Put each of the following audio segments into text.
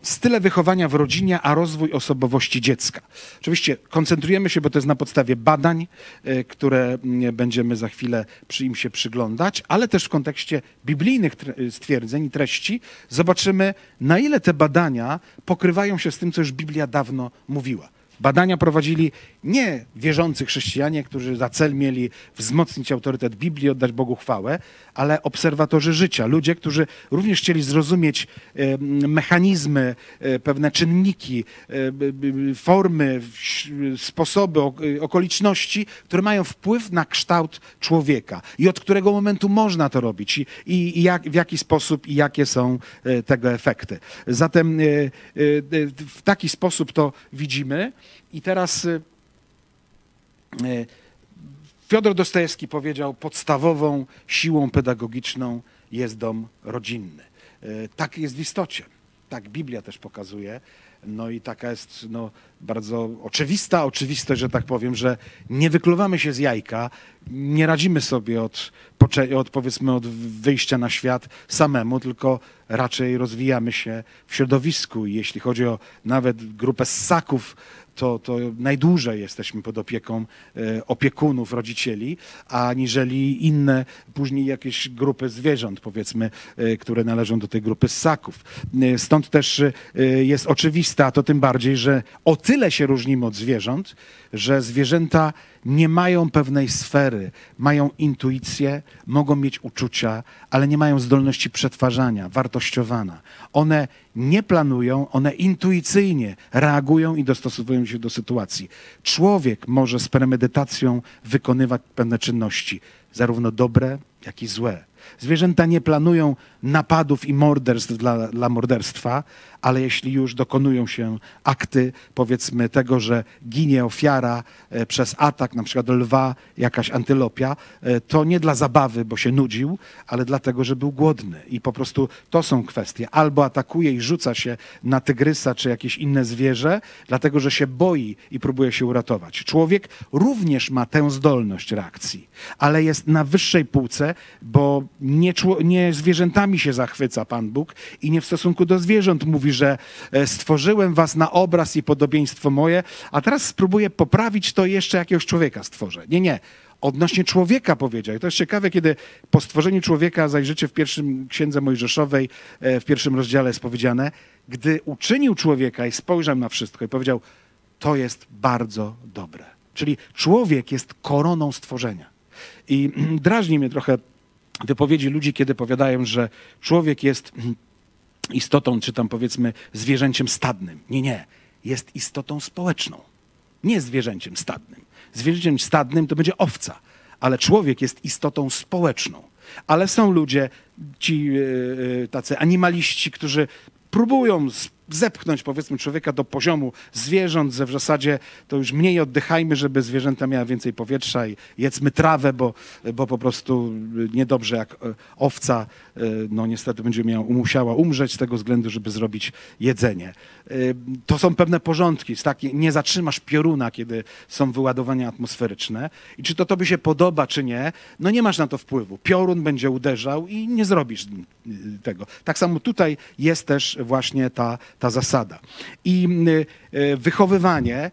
style wychowania w rodzinie, a rozwój osobowości dziecka. Oczywiście koncentrujemy się, bo to jest na podstawie badań, które będziemy za chwilę im się przyglądać, ale też w kontekście biblijnych stwierdzeń i treści zobaczymy, na ile te badania pokrywają się z tym, co już Biblia dawno mówiła. Badania prowadzili nie wierzący chrześcijanie, którzy za cel mieli wzmocnić autorytet Biblii, oddać Bogu chwałę, ale obserwatorzy życia, ludzie, którzy również chcieli zrozumieć mechanizmy, pewne czynniki, formy, sposoby, okoliczności, które mają wpływ na kształt człowieka i od którego momentu można to robić i w jaki sposób i jakie są tego efekty. Zatem w taki sposób to widzimy. I teraz Fiodor Dostojewski powiedział, podstawową siłą pedagogiczną jest dom rodzinny. Tak jest w istocie. Tak Biblia też pokazuje. No i taka jest bardzo oczywistość, że tak powiem, że nie wykluwamy się z jajka, nie radzimy sobie od wyjścia na świat samemu, tylko raczej rozwijamy się w środowisku. I jeśli chodzi o nawet grupę ssaków, to najdłużej jesteśmy pod opieką opiekunów, rodzicieli, aniżeli inne później jakieś grupy zwierząt, powiedzmy, które należą do tej grupy ssaków. Stąd też jest oczywiste, a to tym bardziej, że o tyle się różnimy od zwierząt, że zwierzęta nie mają pewnej sfery, mają intuicję, mogą mieć uczucia, ale nie mają zdolności przetwarzania, wartościowania. One nie planują, one intuicyjnie reagują i dostosowują się do sytuacji. Człowiek może z premedytacją wykonywać pewne czynności, zarówno dobre, jak i złe. Zwierzęta nie planują napadów i morderstw dla morderstwa, ale jeśli już dokonują się akty, powiedzmy tego, że ginie ofiara przez atak, na przykład lwa, jakaś antylopia, to nie dla zabawy, bo się nudził, ale dlatego, że był głodny. I po prostu to są kwestie. Albo atakuje i rzuca się na tygrysa czy jakieś inne zwierzę, dlatego, że się boi i próbuje się uratować. Człowiek również ma tę zdolność reakcji, ale jest na wyższej półce, bo nie zwierzętami się zachwyca Pan Bóg i nie w stosunku do zwierząt mówi, że stworzyłem was na obraz i podobieństwo moje, a teraz spróbuję poprawić to i jeszcze jakiegoś człowieka stworzę. Nie. Odnośnie człowieka powiedział. I to jest ciekawe, kiedy po stworzeniu człowieka, zajrzycie w pierwszym Księdze Mojżeszowej, w pierwszym rozdziale jest powiedziane, gdy uczynił człowieka i spojrzał na wszystko i powiedział, to jest bardzo dobre. Czyli człowiek jest koroną stworzenia. I drażni mnie trochę wypowiedzi ludzi, kiedy powiadają, że człowiek jest istotą, czy tam powiedzmy zwierzęciem stadnym. Nie. Jest istotą społeczną. Nie zwierzęciem stadnym. Zwierzęciem stadnym to będzie owca, ale człowiek jest istotą społeczną. Ale są ludzie, ci tacy animaliści, którzy próbują zepchnąć, powiedzmy, człowieka do poziomu zwierząt, że w zasadzie to już mniej oddychajmy, żeby zwierzęta miały więcej powietrza i jedzmy trawę, bo po prostu niedobrze jak owca, niestety będzie musiała umrzeć z tego względu, żeby zrobić jedzenie. To są pewne porządki. Nie zatrzymasz pioruna, kiedy są wyładowania atmosferyczne. I czy to tobie się podoba, czy nie, nie masz na to wpływu. Piorun będzie uderzał i nie zrobisz tego. Tak samo tutaj jest też właśnie ta zasada. I wychowywanie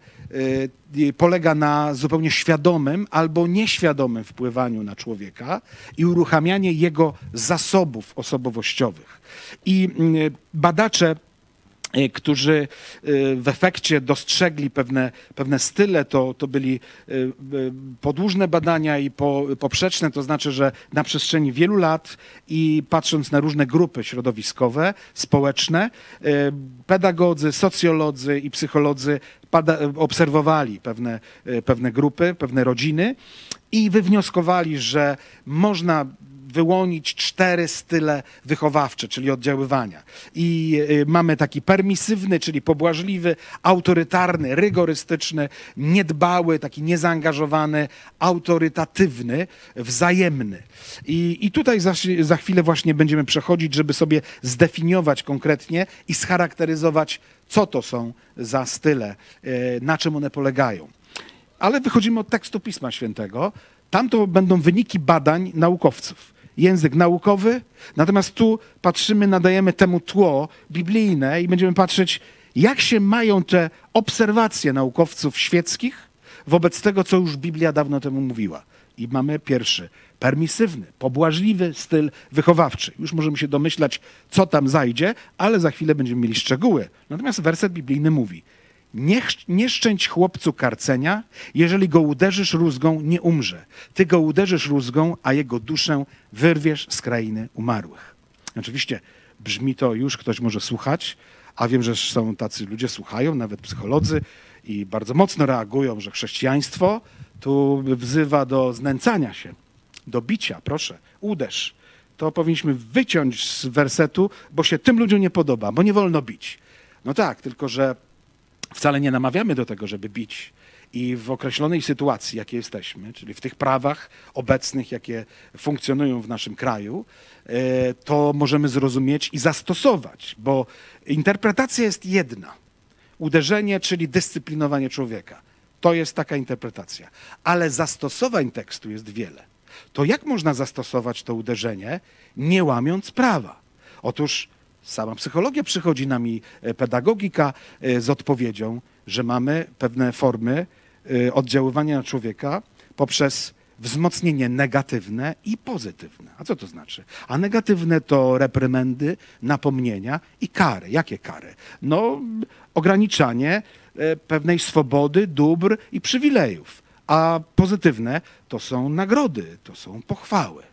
polega na zupełnie świadomym albo nieświadomym wpływaniu na człowieka i uruchamianie jego zasobów osobowościowych. I badacze, którzy w efekcie dostrzegli pewne style, to byli podłużne badania i poprzeczne, to znaczy, że na przestrzeni wielu lat i patrząc na różne grupy środowiskowe, społeczne, pedagodzy, socjolodzy i psycholodzy obserwowali pewne grupy, pewne rodziny i wywnioskowali, że można wyłonić 4 style wychowawcze, czyli oddziaływania. I mamy taki permisywny, czyli pobłażliwy, autorytarny, rygorystyczny, niedbały, taki niezaangażowany, autorytatywny, wzajemny. I tutaj za chwilę właśnie będziemy przechodzić, żeby sobie zdefiniować konkretnie i scharakteryzować, co to są za style, na czym one polegają. Ale wychodzimy od tekstu Pisma Świętego. Tam to będą wyniki badań naukowców. język naukowy, natomiast tu patrzymy, nadajemy temu tło biblijne i będziemy patrzeć, jak się mają te obserwacje naukowców świeckich wobec tego, co już Biblia dawno temu mówiła. I mamy pierwszy, permisywny, pobłażliwy styl wychowawczy. Już możemy się domyślać, co tam zajdzie, ale za chwilę będziemy mieli szczegóły. Natomiast werset biblijny mówi: nie szczędź chłopcu karcenia, jeżeli go uderzysz rózgą, nie umrze. Ty go uderzysz rózgą, a jego duszę wyrwiesz z krainy umarłych. Oczywiście brzmi to, już ktoś może słuchać, a wiem, że są tacy ludzie, słuchają, nawet psycholodzy, i bardzo mocno reagują, że chrześcijaństwo tu wzywa do znęcania się, do bicia. Proszę, uderz. To powinniśmy wyciąć z wersetu, bo się tym ludziom nie podoba, bo nie wolno bić. No tak, tylko że wcale nie namawiamy do tego, żeby bić. I w określonej sytuacji, jakiej jesteśmy, czyli w tych prawach obecnych, jakie funkcjonują w naszym kraju, to możemy zrozumieć i zastosować, bo interpretacja jest jedna. Uderzenie, czyli dyscyplinowanie człowieka. To jest taka interpretacja. Ale zastosowań tekstu jest wiele. To jak można zastosować to uderzenie, nie łamiąc prawa? Otóż sama psychologia przychodzi nam i pedagogika z odpowiedzią, że mamy pewne formy oddziaływania na człowieka poprzez wzmocnienie negatywne i pozytywne. A co to znaczy? A negatywne to reprymendy, napomnienia i kary. Jakie kary? No, ograniczanie pewnej swobody, dóbr i przywilejów. A pozytywne to są nagrody, to są pochwały.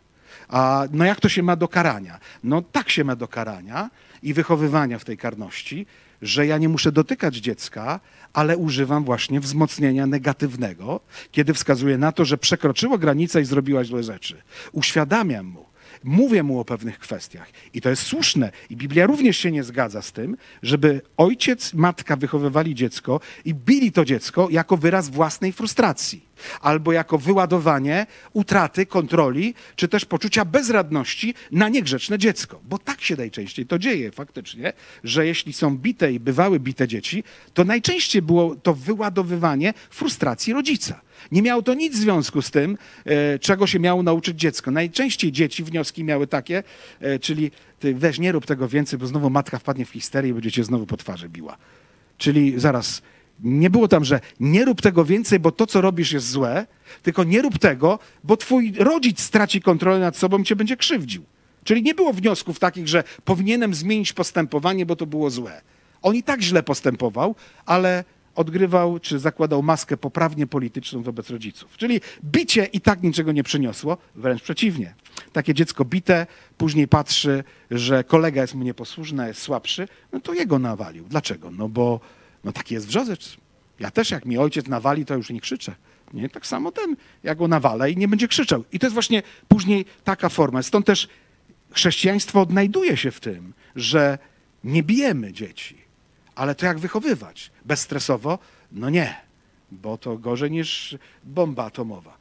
A no jak to się ma do karania? No tak się ma do karania i wychowywania w tej karności, że ja nie muszę dotykać dziecka, ale używam właśnie wzmocnienia negatywnego, kiedy wskazuję na to, że przekroczyło granicę i zrobiła złe rzeczy. Uświadamiam mu, mówię mu o pewnych kwestiach i to jest słuszne. I Biblia również się nie zgadza z tym, żeby ojciec, matka wychowywali dziecko i bili to dziecko jako wyraz własnej frustracji albo jako wyładowanie utraty kontroli, czy też poczucia bezradności na niegrzeczne dziecko. Bo tak się najczęściej to dzieje faktycznie, że jeśli są bite i bywały bite dzieci, to najczęściej było to wyładowywanie frustracji rodzica. Nie miało to nic w związku z tym, czego się miało nauczyć dziecko. Najczęściej dzieci wnioski miały takie, czyli ty weź, nie rób tego więcej, bo znowu matka wpadnie w histerię i będzie cię znowu po twarzy biła. Czyli zaraz, nie było tam, że nie rób tego więcej, bo to, co robisz, jest złe, tylko nie rób tego, bo twój rodzic straci kontrolę nad sobą i cię będzie krzywdził. Czyli nie było wniosków takich, że powinienem zmienić postępowanie, bo to było złe. On i tak źle postępował, ale odgrywał czy zakładał maskę poprawnie polityczną wobec rodziców. Czyli bicie i tak niczego nie przyniosło, wręcz przeciwnie. Takie dziecko bite, później patrzy, że kolega jest mu nieposłuszny, jest słabszy, no to jego nawalił. Dlaczego? No bo taki jest wrzodzec. Ja też, jak mi ojciec nawali, to już nie krzyczę. Nie? Tak samo ten, jak go nawala i nie będzie krzyczał. I to jest właśnie później taka forma. Stąd też chrześcijaństwo odnajduje się w tym, że nie bijemy dzieci, ale to jak wychowywać? Bezstresowo? No nie, bo to gorzej niż bomba atomowa.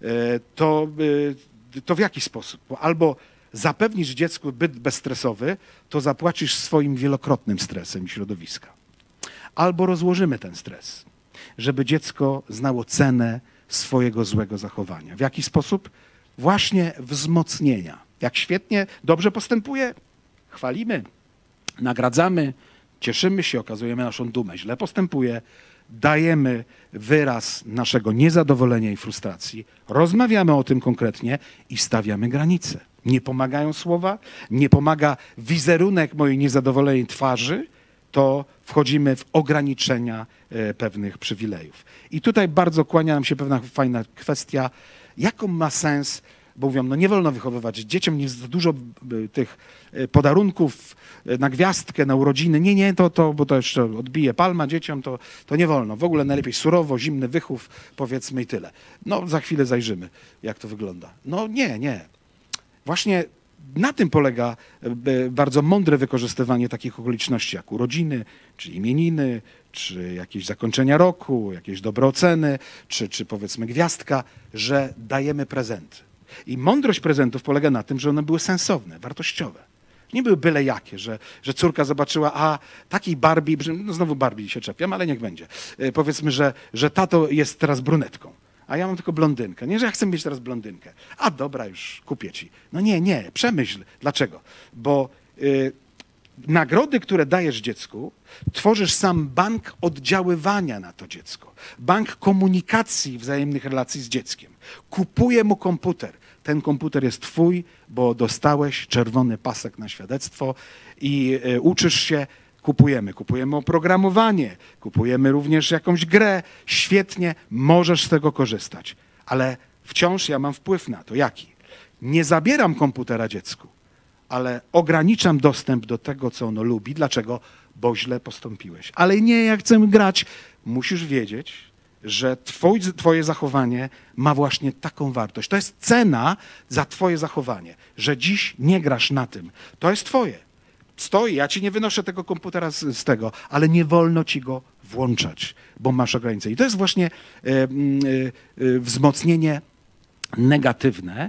To w jaki sposób? Bo albo zapewnisz dziecku byt bezstresowy, to zapłacisz swoim wielokrotnym stresem środowiska. Albo rozłożymy ten stres, żeby dziecko znało cenę swojego złego zachowania. W jaki sposób? Właśnie wzmocnienia. Jak świetnie, dobrze postępuje, chwalimy, nagradzamy, cieszymy się, okazujemy naszą dumę. Źle postępuje, dajemy wyraz naszego niezadowolenia i frustracji, rozmawiamy o tym konkretnie i stawiamy granice. Nie pomagają słowa, nie pomaga wizerunek mojej niezadowolonej twarzy, to wchodzimy w ograniczenia pewnych przywilejów. I tutaj bardzo kłania nam się pewna fajna kwestia, jaką ma sens, bo mówią, no nie wolno wychowywać dzieciom, nie za dużo tych podarunków na gwiazdkę, na urodziny. Nie, bo to jeszcze odbije palma dzieciom, to nie wolno. W ogóle najlepiej surowo, zimny wychów, powiedzmy i tyle. No za chwilę zajrzymy, jak to wygląda. No nie. Właśnie na tym polega bardzo mądre wykorzystywanie takich okoliczności jak urodziny, czy imieniny, czy jakieś zakończenia roku, jakieś dobre oceny, czy powiedzmy gwiazdka, że dajemy prezenty. I mądrość prezentów polega na tym, że one były sensowne, wartościowe. Nie były byle jakie, że córka zobaczyła, takiej Barbie, no znowu Barbie się czepiam, ale niech będzie. Powiedzmy, że tato jest teraz brunetką. a ja mam tylko blondynkę. Nie, że ja chcę mieć teraz blondynkę. A dobra, już kupię ci. No nie, przemyśl. Dlaczego? Bo nagrody, które dajesz dziecku, tworzysz sam bank oddziaływania na to dziecko. Bank komunikacji wzajemnych relacji z dzieckiem. Kupuję mu komputer. Ten komputer jest twój, bo dostałeś czerwony pasek na świadectwo i uczysz się. Kupujemy oprogramowanie, kupujemy również jakąś grę. Świetnie, możesz z tego korzystać. Ale wciąż ja mam wpływ na to. Jaki? Nie zabieram komputera dziecku, ale ograniczam dostęp do tego, co ono lubi. Dlaczego? Bo źle postąpiłeś. Ale nie, jak chcę grać. Musisz wiedzieć, że twoje zachowanie ma właśnie taką wartość. To jest cena za twoje zachowanie, że dziś nie grasz na tym. To jest twoje. Stoi, ja ci nie wynoszę tego komputera z tego, ale nie wolno ci go włączać, bo masz ograniczenie. I to jest właśnie wzmocnienie negatywne,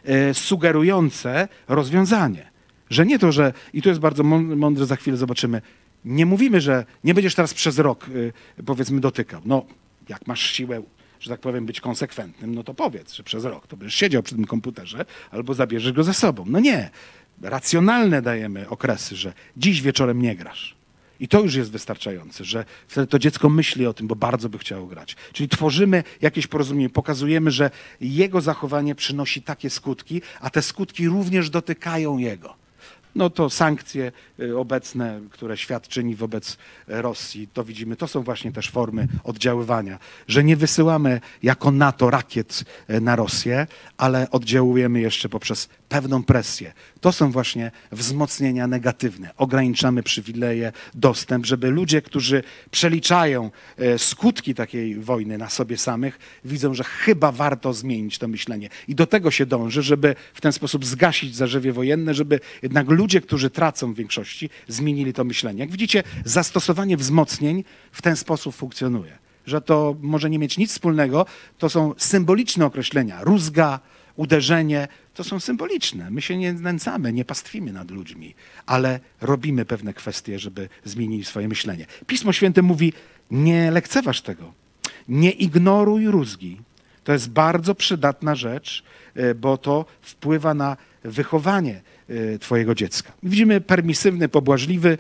sugerujące rozwiązanie. Że nie to, że, i to jest bardzo mądre, za chwilę zobaczymy, nie mówimy, że nie będziesz teraz przez rok, powiedzmy, dotykał. No, jak masz siłę, że tak powiem, być konsekwentnym, no to powiedz, że przez rok to będziesz siedział przy tym komputerze albo zabierzesz go ze sobą. No nie. Racjonalne dajemy okresy, że dziś wieczorem nie grasz. I to już jest wystarczające, że wtedy to dziecko myśli o tym, bo bardzo by chciało grać. Czyli tworzymy jakieś porozumienie, pokazujemy, że jego zachowanie przynosi takie skutki, a te skutki również dotykają jego. No to sankcje obecne, które świat czyni wobec Rosji, to widzimy, to są właśnie też formy oddziaływania, że nie wysyłamy jako NATO rakiet na Rosję, ale oddziałujemy jeszcze poprzez pewną presję. To są właśnie wzmocnienia negatywne. Ograniczamy przywileje, dostęp, żeby ludzie, którzy przeliczają skutki takiej wojny na sobie samych, widzą, że chyba warto zmienić to myślenie. I do tego się dąży, żeby w ten sposób zgasić zarzewie wojenne, żeby jednak ludzie, którzy tracą w większości, zmienili to myślenie. Jak widzicie, zastosowanie wzmocnień w ten sposób funkcjonuje. Że to może nie mieć nic wspólnego, to są symboliczne określenia. Rózga, uderzenie, to są symboliczne. My się nie znęcamy, nie pastwimy nad ludźmi, ale robimy pewne kwestie, żeby zmienili swoje myślenie. Pismo Święte mówi, nie lekceważ tego, nie ignoruj rózgi. To jest bardzo przydatna rzecz, bo to wpływa na wychowanie twojego dziecka. Widzimy permisywny, pobłażliwy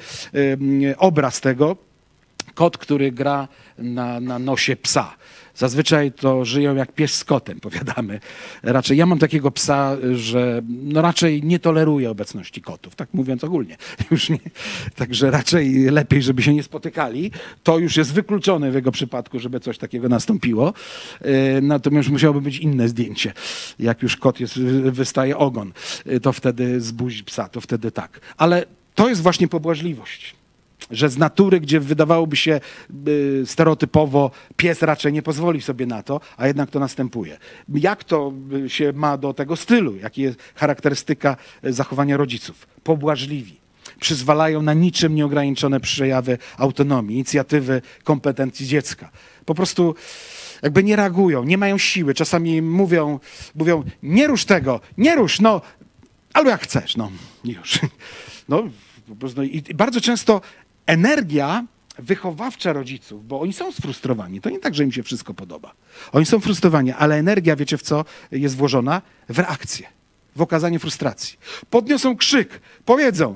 obraz tego. Kot, który gra na nosie psa. Zazwyczaj to żyją jak pies z kotem, powiadamy. Raczej ja mam takiego psa, że no raczej nie toleruję obecności kotów, tak mówiąc ogólnie. Już nie. Także raczej lepiej, żeby się nie spotykali. To już jest wykluczone w jego przypadku, żeby coś takiego nastąpiło. Natomiast musiałoby być inne zdjęcie. Jak już kot wystaje ogon, to wtedy z buzi psa, to wtedy tak. Ale to jest właśnie pobłażliwość. Że z natury, gdzie wydawałoby się stereotypowo, pies raczej nie pozwoli sobie na to, a jednak to następuje. Jak to się ma do tego stylu? Jaka jest charakterystyka zachowania rodziców? Pobłażliwi. Przyzwalają na niczym nieograniczone przejawy autonomii, inicjatywy, kompetencji dziecka. Po prostu jakby nie reagują, nie mają siły. Czasami mówią nie rusz tego, nie rusz, no, albo jak chcesz, no, już. No, po prostu, i bardzo często energia wychowawcza rodziców, bo oni są sfrustrowani. To nie tak, że im się wszystko podoba. Oni są frustrowani, ale energia, wiecie w co jest włożona? W reakcję, w okazanie frustracji. Podniosą krzyk, powiedzą,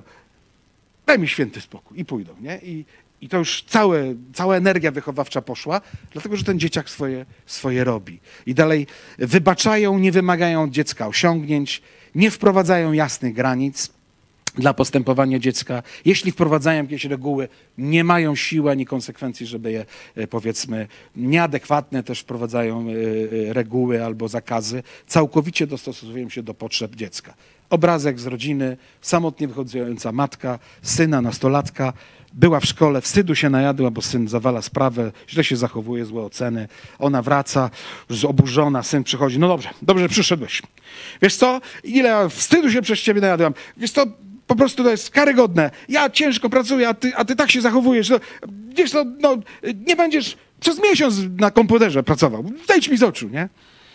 daj mi święty spokój i pójdą. Nie? I to już cała energia wychowawcza poszła, dlatego że ten dzieciak swoje robi. I dalej wybaczają, nie wymagają od dziecka osiągnięć, nie wprowadzają jasnych granic dla postępowania dziecka. Jeśli wprowadzają jakieś reguły, nie mają siły ani konsekwencji, żeby je, powiedzmy, nieadekwatne też wprowadzają reguły albo zakazy. Całkowicie dostosowują się do potrzeb dziecka. Obrazek z rodziny, samotnie wychodząca matka, syna, nastolatka, była w szkole, wstydu się najadła, bo syn zawala sprawę, źle się zachowuje, złe oceny. Ona wraca, oburzona, syn przychodzi. No dobrze, że przyszedłeś. Wiesz co, ile wstydu się przez ciebie najadłam. Wiesz co, po prostu to jest karygodne. Ja ciężko pracuję, a ty tak się zachowujesz. No, wiesz co, no, nie będziesz przez miesiąc na komputerze pracował. Zejdź mi z oczu, nie?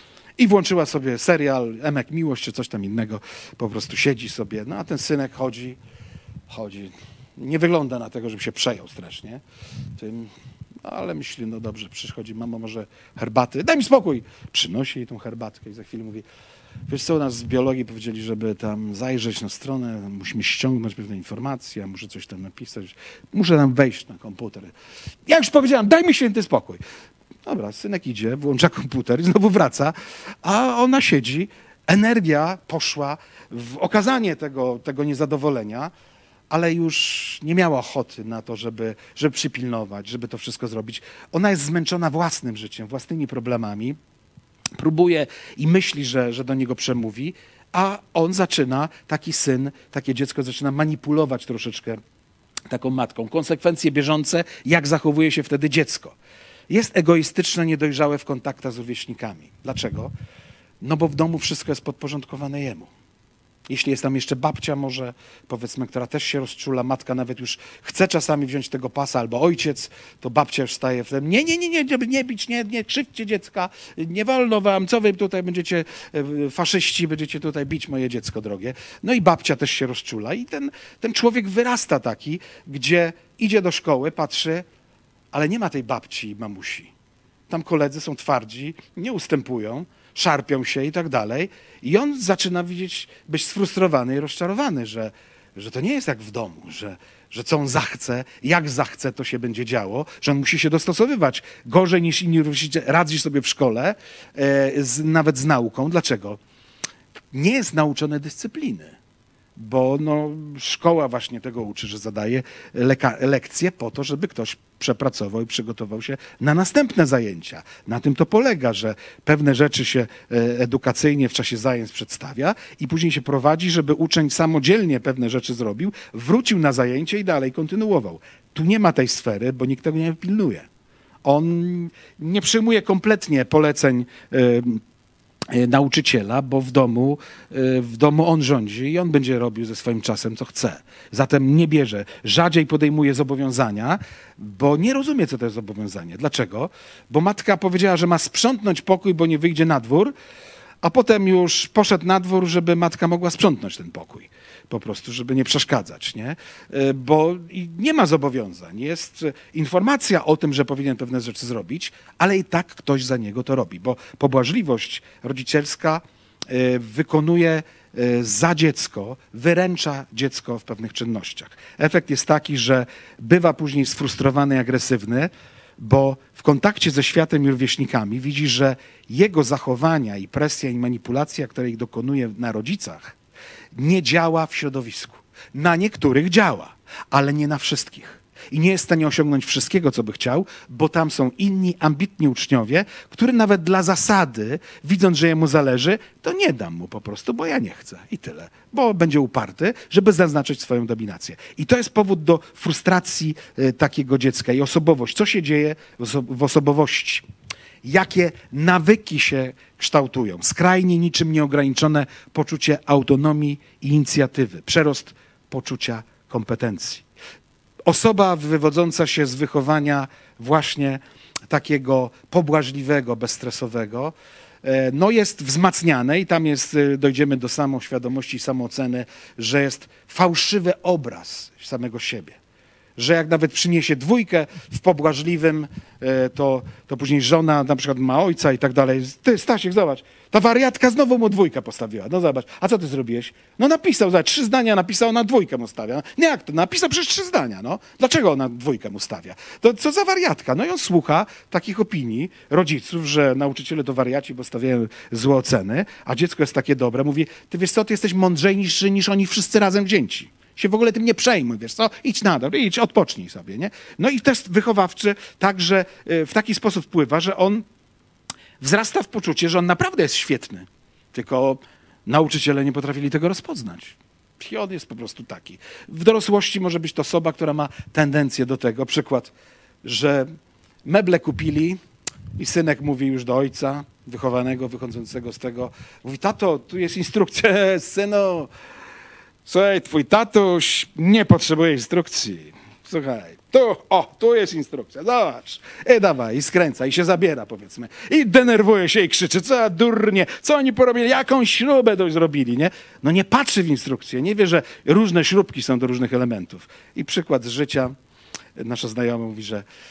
I włączyła sobie serial Emek Miłość czy coś tam innego. Po prostu siedzi sobie. No a ten synek chodzi. Nie wygląda na tego, żeby się przejął strasznie tym. Ale myśli, no dobrze, przychodzi, mamo, może herbaty, daj mi spokój. Przynosi jej tą herbatkę i za chwilę mówi, wiesz co, u nas z biologii powiedzieli, żeby tam zajrzeć na stronę, musimy ściągnąć pewne informacje, muszę coś tam napisać, muszę tam wejść na komputer. Ja już powiedziałam, daj mi święty spokój. Dobra, synek idzie, włącza komputer i znowu wraca, a ona siedzi, energia poszła w okazanie tego niezadowolenia, ale już nie miała ochoty na to, żeby przypilnować, żeby to wszystko zrobić. Ona jest zmęczona własnym życiem, własnymi problemami, próbuje i myśli, że do niego przemówi, a on zaczyna, taki syn, takie dziecko zaczyna manipulować troszeczkę taką matką. Konsekwencje bieżące, jak zachowuje się wtedy dziecko. Jest egoistyczne, niedojrzałe w kontaktach z rówieśnikami. Dlaczego? No bo w domu wszystko jest podporządkowane jemu. Jeśli jest tam jeszcze babcia może, powiedzmy, która też się rozczula, matka nawet już chce czasami wziąć tego pasa, albo ojciec, to babcia już staje wtedy, nie bić, nie krzywdźcie dziecka, nie wolno wam, co wy tutaj będziecie, faszyści, będziecie tutaj bić moje dziecko drogie. No i babcia też się rozczula i ten człowiek wyrasta taki, gdzie idzie do szkoły, patrzy, ale nie ma tej babci i mamusi. Tam koledzy są twardzi, nie ustępują, szarpią się i tak dalej. I on zaczyna być sfrustrowany i rozczarowany, że to nie jest jak w domu, że co on zachce, jak zachce, to się będzie działo, że on musi się dostosowywać gorzej niż inni rówieśnicy, radzi sobie w szkole, nawet z nauką. Dlaczego? Nie jest nauczony dyscypliny. Bo szkoła właśnie tego uczy, że zadaje lekcje po to, żeby ktoś przepracował i przygotował się na następne zajęcia. Na tym to polega, że pewne rzeczy się edukacyjnie w czasie zajęć przedstawia i później się prowadzi, żeby uczeń samodzielnie pewne rzeczy zrobił, wrócił na zajęcie i dalej kontynuował. Tu nie ma tej sfery, bo nikt tego nie pilnuje. On nie przyjmuje kompletnie poleceń nauczyciela, bo w domu on rządzi i on będzie robił ze swoim czasem, co chce. Zatem nie bierze, rzadziej podejmuje zobowiązania, bo nie rozumie, co to jest zobowiązanie. Dlaczego? Bo matka powiedziała, że ma sprzątnąć pokój, bo nie wyjdzie na dwór, a potem już poszedł na dwór, żeby matka mogła sprzątnąć ten pokój. Po prostu, żeby nie przeszkadzać, nie? Bo nie ma zobowiązań. Jest informacja o tym, że powinien pewne rzeczy zrobić, ale i tak ktoś za niego to robi, bo pobłażliwość rodzicielska wykonuje za dziecko, wyręcza dziecko w pewnych czynnościach. Efekt jest taki, że bywa później sfrustrowany i agresywny, bo w kontakcie ze światem i rówieśnikami widzi, że jego zachowania i presja i manipulacja, której dokonuje na rodzicach, nie działa w środowisku. Na niektórych działa, ale nie na wszystkich. I nie jest w stanie osiągnąć wszystkiego, co by chciał, bo tam są inni ambitni uczniowie, który nawet dla zasady, widząc, że jemu zależy, to nie dam mu po prostu, bo ja nie chcę i tyle. Bo będzie uparty, żeby zaznaczyć swoją dominację. I to jest powód do frustracji takiego dziecka i osobowość. Co się dzieje w osobowości? Jakie nawyki się kształtują? Skrajnie niczym nieograniczone poczucie autonomii i inicjatywy, przerost poczucia kompetencji. Osoba wywodząca się z wychowania właśnie takiego pobłażliwego, bezstresowego, jest wzmacniane i tam dojdziemy do samoświadomości i samooceny, że jest fałszywy obraz samego siebie. Że jak nawet przyniesie dwójkę w pobłażliwym, to później żona na przykład ma ojca i tak dalej. Ty, Stasiek, zobacz, ta wariatka znowu mu dwójkę postawiła. No zobacz, a co ty zrobiłeś? No napisał, zobacz, 3 zdania napisał, ona dwójkę mu stawia. Nie, jak to? Napisał przecież 3 zdania, no. Dlaczego ona dwójkę mu stawia? To co za wariatka? No i on słucha takich opinii rodziców, że nauczyciele to wariaci, bo stawiają złe oceny, a dziecko jest takie dobre. Mówi, ty wiesz co, ty jesteś mądrzejszy niż oni wszyscy razem wzięci. Się w ogóle tym nie przejmuj, wiesz co, idź na dół, idź, odpocznij sobie, nie? No i test wychowawczy także w taki sposób wpływa, że on wzrasta w poczucie, że on naprawdę jest świetny, tylko nauczyciele nie potrafili tego rozpoznać. I on jest po prostu taki. W dorosłości może być to osoba, która ma tendencję do tego, przykład, że meble kupili i synek mówi już do ojca, wychowanego, wychodzącego z tego, mówi, tato, tu jest instrukcja, synu, słuchaj, twój tatuś nie potrzebuje instrukcji. Słuchaj, tu jest instrukcja, zobacz. I dawaj, i skręca, i się zabiera, powiedzmy. I denerwuje się i krzyczy, co durnie, co oni porobili, jaką śrubę to zrobili, nie? No nie patrzy w instrukcję, nie wie, że różne śrubki są do różnych elementów. I przykład z życia, nasza znajoma mówi, że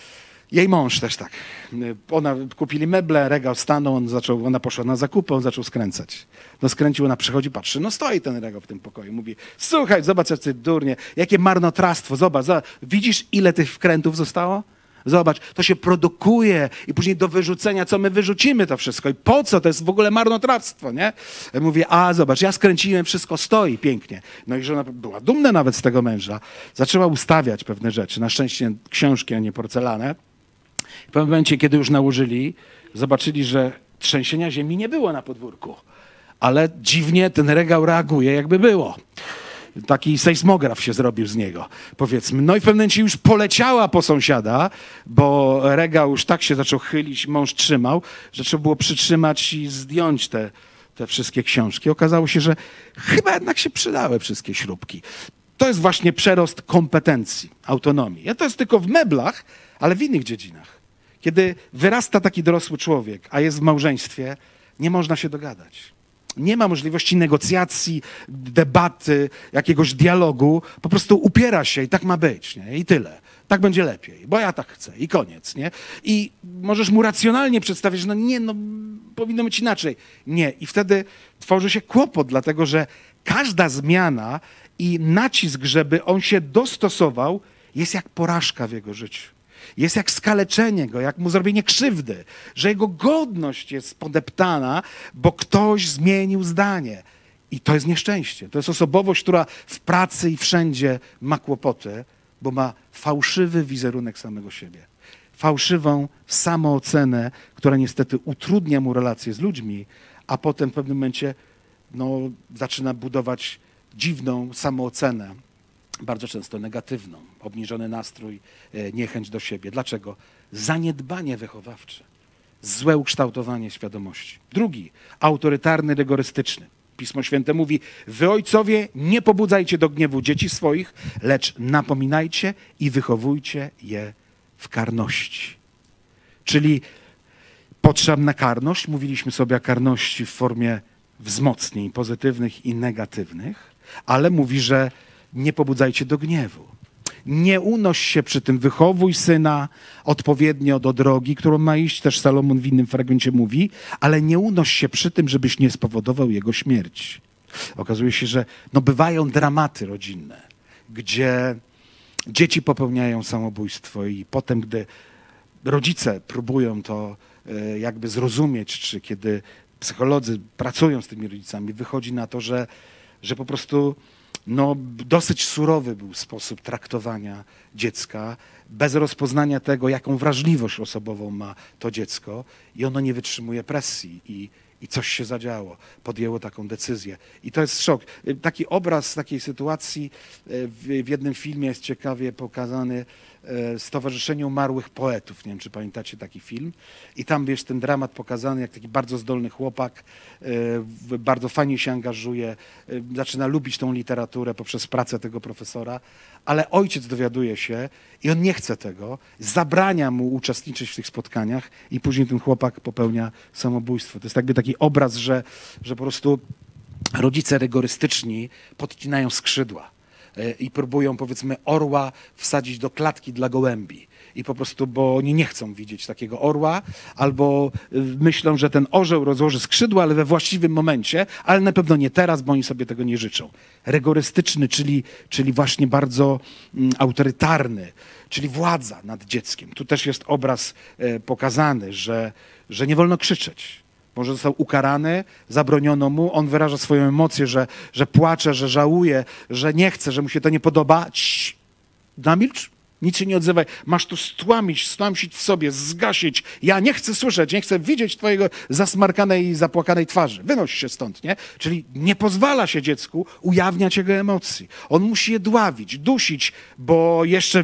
Jej mąż też tak. Ona kupili meble, regał stanął, ona poszła na zakupy, on zaczął skręcać. No skręcił, ona przychodzi, patrzy, no stoi ten regał w tym pokoju. Mówi, słuchaj, zobacz jacy durnie, jakie marnotrawstwo, zobacz, widzisz ile tych wkrętów zostało? Zobacz, to się produkuje i później do wyrzucenia, co my wyrzucimy to wszystko i po co, to jest w ogóle marnotrawstwo, nie? Mówię, zobacz, ja skręciłem, wszystko stoi pięknie. No i żona była dumna nawet z tego męża, zaczęła ustawiać pewne rzeczy, na szczęście książki, a nie porcelanę. W pewnym momencie, kiedy już nałożyli, zobaczyli, że trzęsienia ziemi nie było na podwórku, ale dziwnie ten regał reaguje, jakby było. Taki sejsmograf się zrobił z niego, powiedzmy. No i w pewnym momencie już poleciała po sąsiada, bo regał już tak się zaczął chylić, mąż trzymał, że trzeba było przytrzymać i zdjąć te wszystkie książki. Okazało się, że chyba jednak się przydały wszystkie śrubki. To jest właśnie przerost kompetencji, autonomii. To jest tylko w meblach, ale w innych dziedzinach. Kiedy wyrasta taki dorosły człowiek, a jest w małżeństwie, nie można się dogadać. Nie ma możliwości negocjacji, debaty, jakiegoś dialogu. Po prostu upiera się i tak ma być, nie? I tyle. Tak będzie lepiej, bo ja tak chcę i koniec, nie? I możesz mu racjonalnie przedstawić, że powinno być inaczej. Nie. I wtedy tworzy się kłopot, dlatego że każda zmiana i nacisk, żeby on się dostosował, jest jak porażka w jego życiu. Jest jak skaleczenie go, jak mu zrobienie krzywdy, że jego godność jest podeptana, bo ktoś zmienił zdanie. I to jest nieszczęście. To jest osobowość, która w pracy i wszędzie ma kłopoty, bo ma fałszywy wizerunek samego siebie. Fałszywą samoocenę, która niestety utrudnia mu relacje z ludźmi, a potem w pewnym momencie zaczyna budować dziwną samoocenę, bardzo często negatywną, obniżony nastrój, niechęć do siebie. Dlaczego? Zaniedbanie wychowawcze, złe ukształtowanie świadomości. Drugi, autorytarny, rygorystyczny. Pismo Święte mówi, wy ojcowie nie pobudzajcie do gniewu dzieci swoich, lecz napominajcie i wychowujcie je w karności. Czyli potrzebna karność, mówiliśmy sobie o karności w formie wzmocnień pozytywnych i negatywnych, ale mówi, że nie pobudzajcie do gniewu. Nie unoś się przy tym, wychowuj syna odpowiednio do drogi, którą ma iść, też Salomon w innym fragmencie mówi, ale nie unoś się przy tym, żebyś nie spowodował jego śmierci. Okazuje się, że bywają dramaty rodzinne, gdzie dzieci popełniają samobójstwo i potem, gdy rodzice próbują to jakby zrozumieć, czy kiedy psycholodzy pracują z tymi rodzicami, wychodzi na to, że po prostu dosyć surowy był sposób traktowania dziecka, bez rozpoznania tego, jaką wrażliwość osobową ma to dziecko i ono nie wytrzymuje presji i coś się zadziało, podjęło taką decyzję. I to jest szok. Taki obraz takiej sytuacji w jednym filmie jest ciekawie pokazany, Stowarzyszenie Umarłych Poetów. Nie wiem, czy pamiętacie taki film. I tam, ten dramat pokazany, jak taki bardzo zdolny chłopak, bardzo fajnie się angażuje, zaczyna lubić tą literaturę poprzez pracę tego profesora, ale ojciec dowiaduje się i on nie chce tego, zabrania mu uczestniczyć w tych spotkaniach i później ten chłopak popełnia samobójstwo. To jest jakby taki obraz, że po prostu rodzice rygorystyczni podcinają skrzydła i próbują, powiedzmy, orła wsadzić do klatki dla gołębi. I po prostu, bo oni nie chcą widzieć takiego orła, albo myślą, że ten orzeł rozłoży skrzydła, ale we właściwym momencie, ale na pewno nie teraz, bo oni sobie tego nie życzą. Rygorystyczny, czyli właśnie bardzo autorytarny, czyli władza nad dzieckiem. Tu też jest obraz pokazany, że nie wolno krzyczeć. Może został ukarany, zabroniono mu, on wyraża swoją emocję, że płacze, że żałuje, że nie chce, że mu się to nie podoba. Cii, namilcz, nic się nie odzywaj. Masz tu stłamsić w sobie, zgasić. Ja nie chcę słyszeć, nie chcę widzieć twojego zasmarkanej i zapłakanej twarzy. Wynoś się stąd, nie? Czyli nie pozwala się dziecku ujawniać jego emocji. On musi je dławić, dusić, bo jeszcze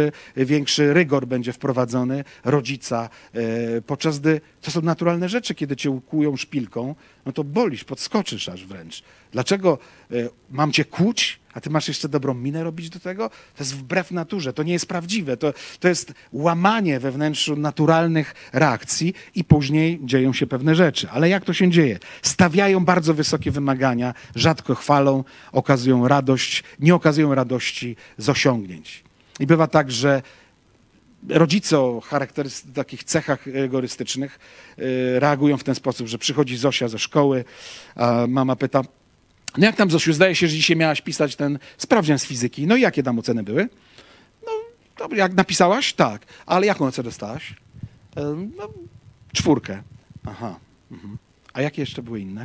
większy rygor będzie wprowadzony rodzica, podczas gdy to są naturalne rzeczy, kiedy cię ukłują szpilką, no to bolisz, podskoczysz aż wręcz. Dlaczego mam cię kłuć, a ty masz jeszcze dobrą minę robić do tego? To jest wbrew naturze, to nie jest prawdziwe. To jest łamanie we wnętrzu naturalnych reakcji i później dzieją się pewne rzeczy. Ale jak to się dzieje? Stawiają bardzo wysokie wymagania, rzadko chwalą, okazują radość, nie okazują radości z osiągnięć. I bywa tak, że rodzice o takich cechach rygorystycznych reagują w ten sposób, że przychodzi Zosia ze szkoły, a mama pyta, no jak tam, Zosiu, zdaje się, że dzisiaj miałaś pisać ten sprawdzian z fizyki. No i jakie tam oceny były? No, dobrze, jak napisałaś? Tak. Ale jaką ocenę dostałaś? No, 4. Aha. Mhm. A jakie jeszcze były inne?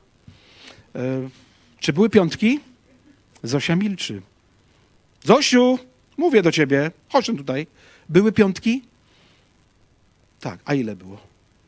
Czy były 5? Zosia milczy. Zosiu, mówię do ciebie, chodź tutaj. Były 5? Tak. A ile było?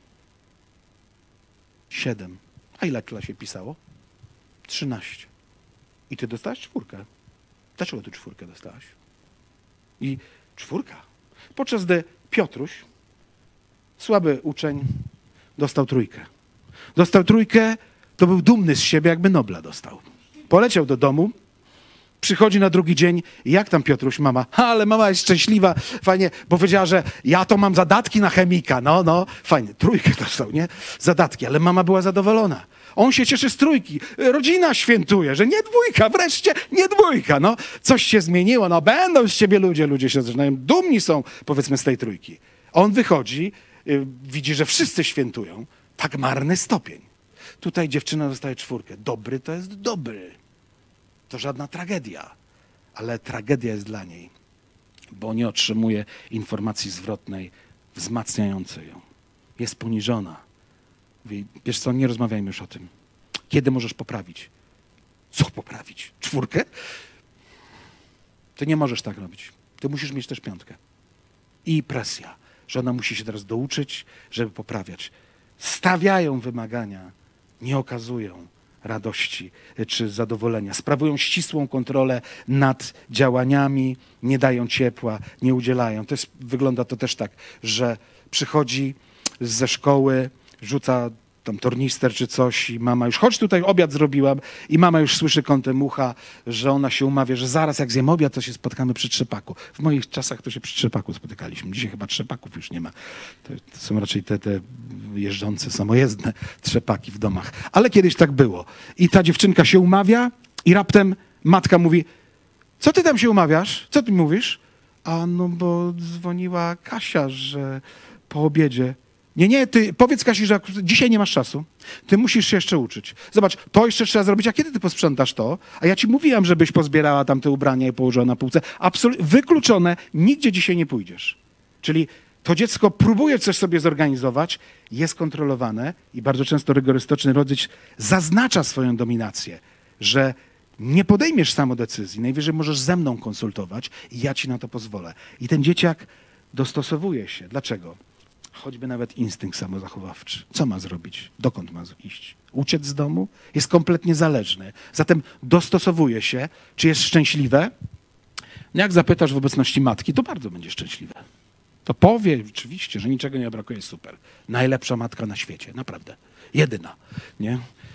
7. A ile w klasie pisało? 13. I ty dostałaś 4. Dlaczego ty 4 dostałaś? I 4. Podczas gdy Piotruś, słaby uczeń, dostał 3. Dostał 3, to był dumny z siebie, jakby Nobla dostał. Poleciał do domu, przychodzi na drugi dzień, jak tam Piotruś, mama? Ale mama jest szczęśliwa, fajnie, bo powiedziała, że ja to mam zadatki na chemika, no, fajnie, 3 dostał, nie? Zadatki, ale mama była zadowolona. On się cieszy z 3, rodzina świętuje, że nie 2, wreszcie nie 2, no. Coś się zmieniło, no będą z ciebie ludzie się zaczynają, dumni są, powiedzmy, z tej 3. On wychodzi, widzi, że wszyscy świętują, tak marny stopień. Tutaj dziewczyna dostaje 4. Dobry to jest dobry. To żadna tragedia, ale tragedia jest dla niej, bo nie otrzymuje informacji zwrotnej, wzmacniającej ją. Jest poniżona. Mówi, wiesz co, nie rozmawiajmy już o tym. Kiedy możesz poprawić? Co poprawić? 4? Ty nie możesz tak robić. Ty musisz mieć też 5. I presja, że ona musi się teraz douczyć, żeby poprawiać. Stawiają wymagania, nie okazują radości czy zadowolenia. Sprawują ścisłą kontrolę nad działaniami, nie dają ciepła, nie udzielają. Wygląda to też tak, że przychodzi ze szkoły, rzuca tam tornister czy coś i mama już, chodź tutaj, obiad zrobiłam, i mama już słyszy kątem ucha, że ona się umawia, że zaraz jak zjem obiad, to się spotkamy przy trzepaku. W moich czasach to się przy trzepaku spotykaliśmy. Dzisiaj chyba trzepaków już nie ma. To są raczej te jeżdżące, samojezdne trzepaki w domach. Ale kiedyś tak było. I ta dziewczynka się umawia i raptem matka mówi, co ty tam się umawiasz? Co ty mówisz? A no bo dzwoniła Kasia, że po obiedzie. Nie, ty powiedz Kasi, że dzisiaj nie masz czasu. Ty musisz się jeszcze uczyć. Zobacz, to jeszcze trzeba zrobić, a kiedy ty posprzątasz to? A ja ci mówiłam, żebyś pozbierała tam te ubrania i położyła na półce. Absolutnie wykluczone, nigdzie dzisiaj nie pójdziesz. Czyli to dziecko próbuje coś sobie zorganizować, jest kontrolowane i bardzo często rygorystyczny rodzic zaznacza swoją dominację, że nie podejmiesz samo decyzji, najwyżej możesz ze mną konsultować i ja ci na to pozwolę. I ten dzieciak dostosowuje się. Dlaczego? Choćby nawet instynkt samozachowawczy. Co ma zrobić? Dokąd ma iść? Uciec z domu? Jest kompletnie zależny. Zatem dostosowuje się. Czy jest szczęśliwe? No jak zapytasz w obecności matki, to bardzo będzie szczęśliwe. To powie oczywiście, że niczego nie brakuje, jest super. Najlepsza matka na świecie, naprawdę. Jedyna. Nie?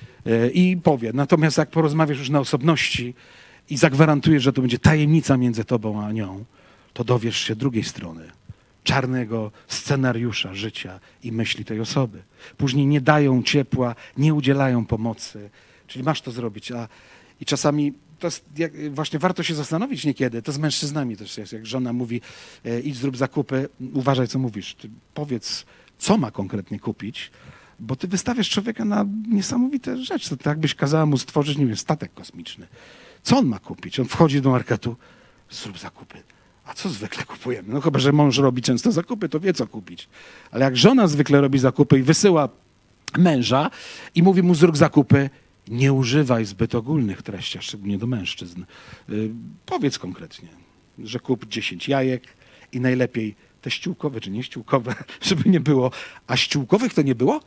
I powie. Natomiast jak porozmawiasz już na osobności i zagwarantujesz, że to będzie tajemnica między tobą a nią, to dowiesz się drugiej strony. Czarnego scenariusza życia i myśli tej osoby. Później nie dają ciepła, nie udzielają pomocy. Czyli masz to zrobić. I czasami to jest, właśnie warto się zastanowić niekiedy. To z mężczyznami też jest. Jak żona mówi, idź zrób zakupy, uważaj co mówisz. Ty powiedz, co ma konkretnie kupić, bo ty wystawiasz człowieka na niesamowite rzeczy. To jakbyś kazała mu stworzyć, nie wiem, statek kosmiczny. Co on ma kupić? On wchodzi do marketu, zrób zakupy. A co zwykle kupujemy? No chyba, że mąż robi często zakupy, to wie co kupić. Ale jak żona zwykle robi zakupy i wysyła męża i mówi mu zrób zakupy, nie używaj zbyt ogólnych treści, szczególnie do mężczyzn. Powiedz konkretnie, że kup 10 jajek i najlepiej te ściółkowe czy nie ściółkowe, żeby nie było. A ściółkowych to nie było?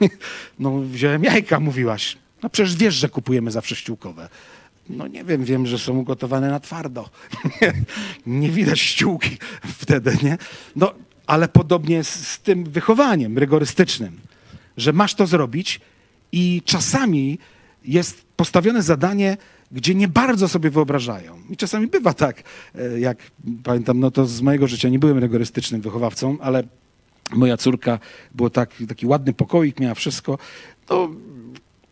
No wziąłem jajka, mówiłaś. No przecież wiesz, że kupujemy zawsze ściółkowe. No nie wiem, że są ugotowane na twardo. Nie widać ściółki wtedy, nie? No, ale podobnie z tym wychowaniem rygorystycznym, że masz to zrobić i czasami jest postawione zadanie, gdzie nie bardzo sobie wyobrażają. I czasami bywa tak, jak pamiętam, no to z mojego życia nie byłem rygorystycznym wychowawcą, ale moja córka, było taki ładny pokoik, miała wszystko, no,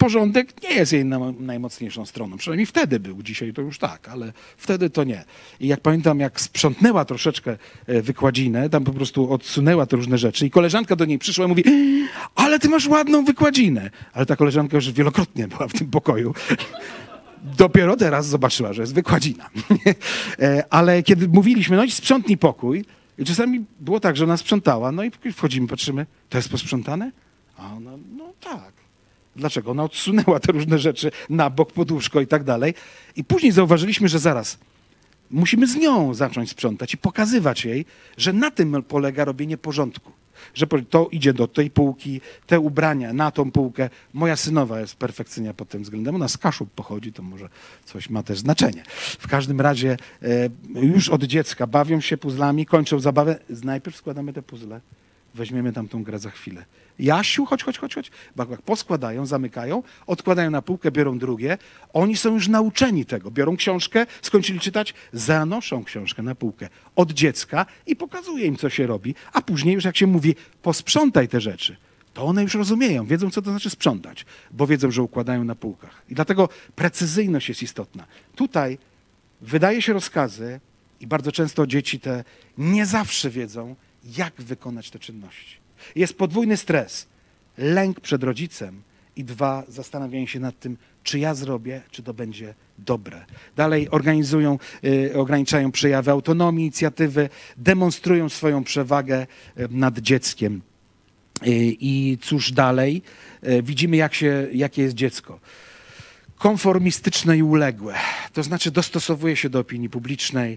porządek nie jest jej najmocniejszą stroną. Przynajmniej wtedy był, dzisiaj to już tak, ale wtedy to nie. I jak pamiętam, jak sprzątnęła troszeczkę wykładzinę, tam po prostu odsunęła te różne rzeczy i koleżanka do niej przyszła i mówi: ale ty masz ładną wykładzinę. Ale ta koleżanka już wielokrotnie była w tym pokoju. Dopiero teraz zobaczyła, że jest wykładzina. Ale kiedy mówiliśmy, no i sprzątnij pokój, i czasami było tak, że ona sprzątała, no i wchodzimy, patrzymy, to jest posprzątane? A ona, no tak. Dlaczego? Ona odsunęła te różne rzeczy na bok, pod łóżko i tak dalej. I później zauważyliśmy, że zaraz musimy z nią zacząć sprzątać i pokazywać jej, że na tym polega robienie porządku. Że to idzie do tej półki, te ubrania na tą półkę. Moja synowa jest perfekcyjna pod tym względem. Ona z Kaszub pochodzi, to może coś ma też znaczenie. W każdym razie już od dziecka bawią się puzzlami, kończą zabawę. Najpierw składamy te puzzle. Weźmiemy tamtą grę za chwilę. Jasiu, chodź. Bo jak poskładają, zamykają, odkładają na półkę, biorą drugie. Oni są już nauczeni tego. Biorą książkę, skończyli czytać, zanoszą książkę na półkę od dziecka i pokazuje im, co się robi. A później już jak się mówi, posprzątaj te rzeczy, to one już rozumieją, wiedzą, co to znaczy sprzątać, bo wiedzą, że układają na półkach. I dlatego precyzyjność jest istotna. Tutaj wydaje się rozkazy i bardzo często dzieci te nie zawsze wiedzą, jak wykonać te czynności. Jest podwójny stres. Lęk przed rodzicem i 2, zastanawianie się nad tym, czy ja zrobię, czy to będzie dobre. Dalej ograniczają przejawy autonomii, inicjatywy, demonstrują swoją przewagę nad dzieckiem. I cóż dalej? Widzimy, jakie jest dziecko. Konformistyczne i uległe. To znaczy dostosowuje się do opinii publicznej.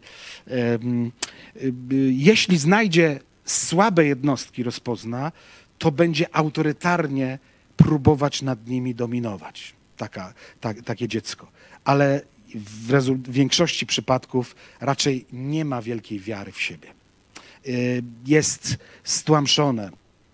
Jeśli znajdzie słabe jednostki, rozpozna, to będzie autorytarnie próbować nad nimi dominować. Takie dziecko. Ale w większości przypadków raczej nie ma wielkiej wiary w siebie. Jest stłamszone,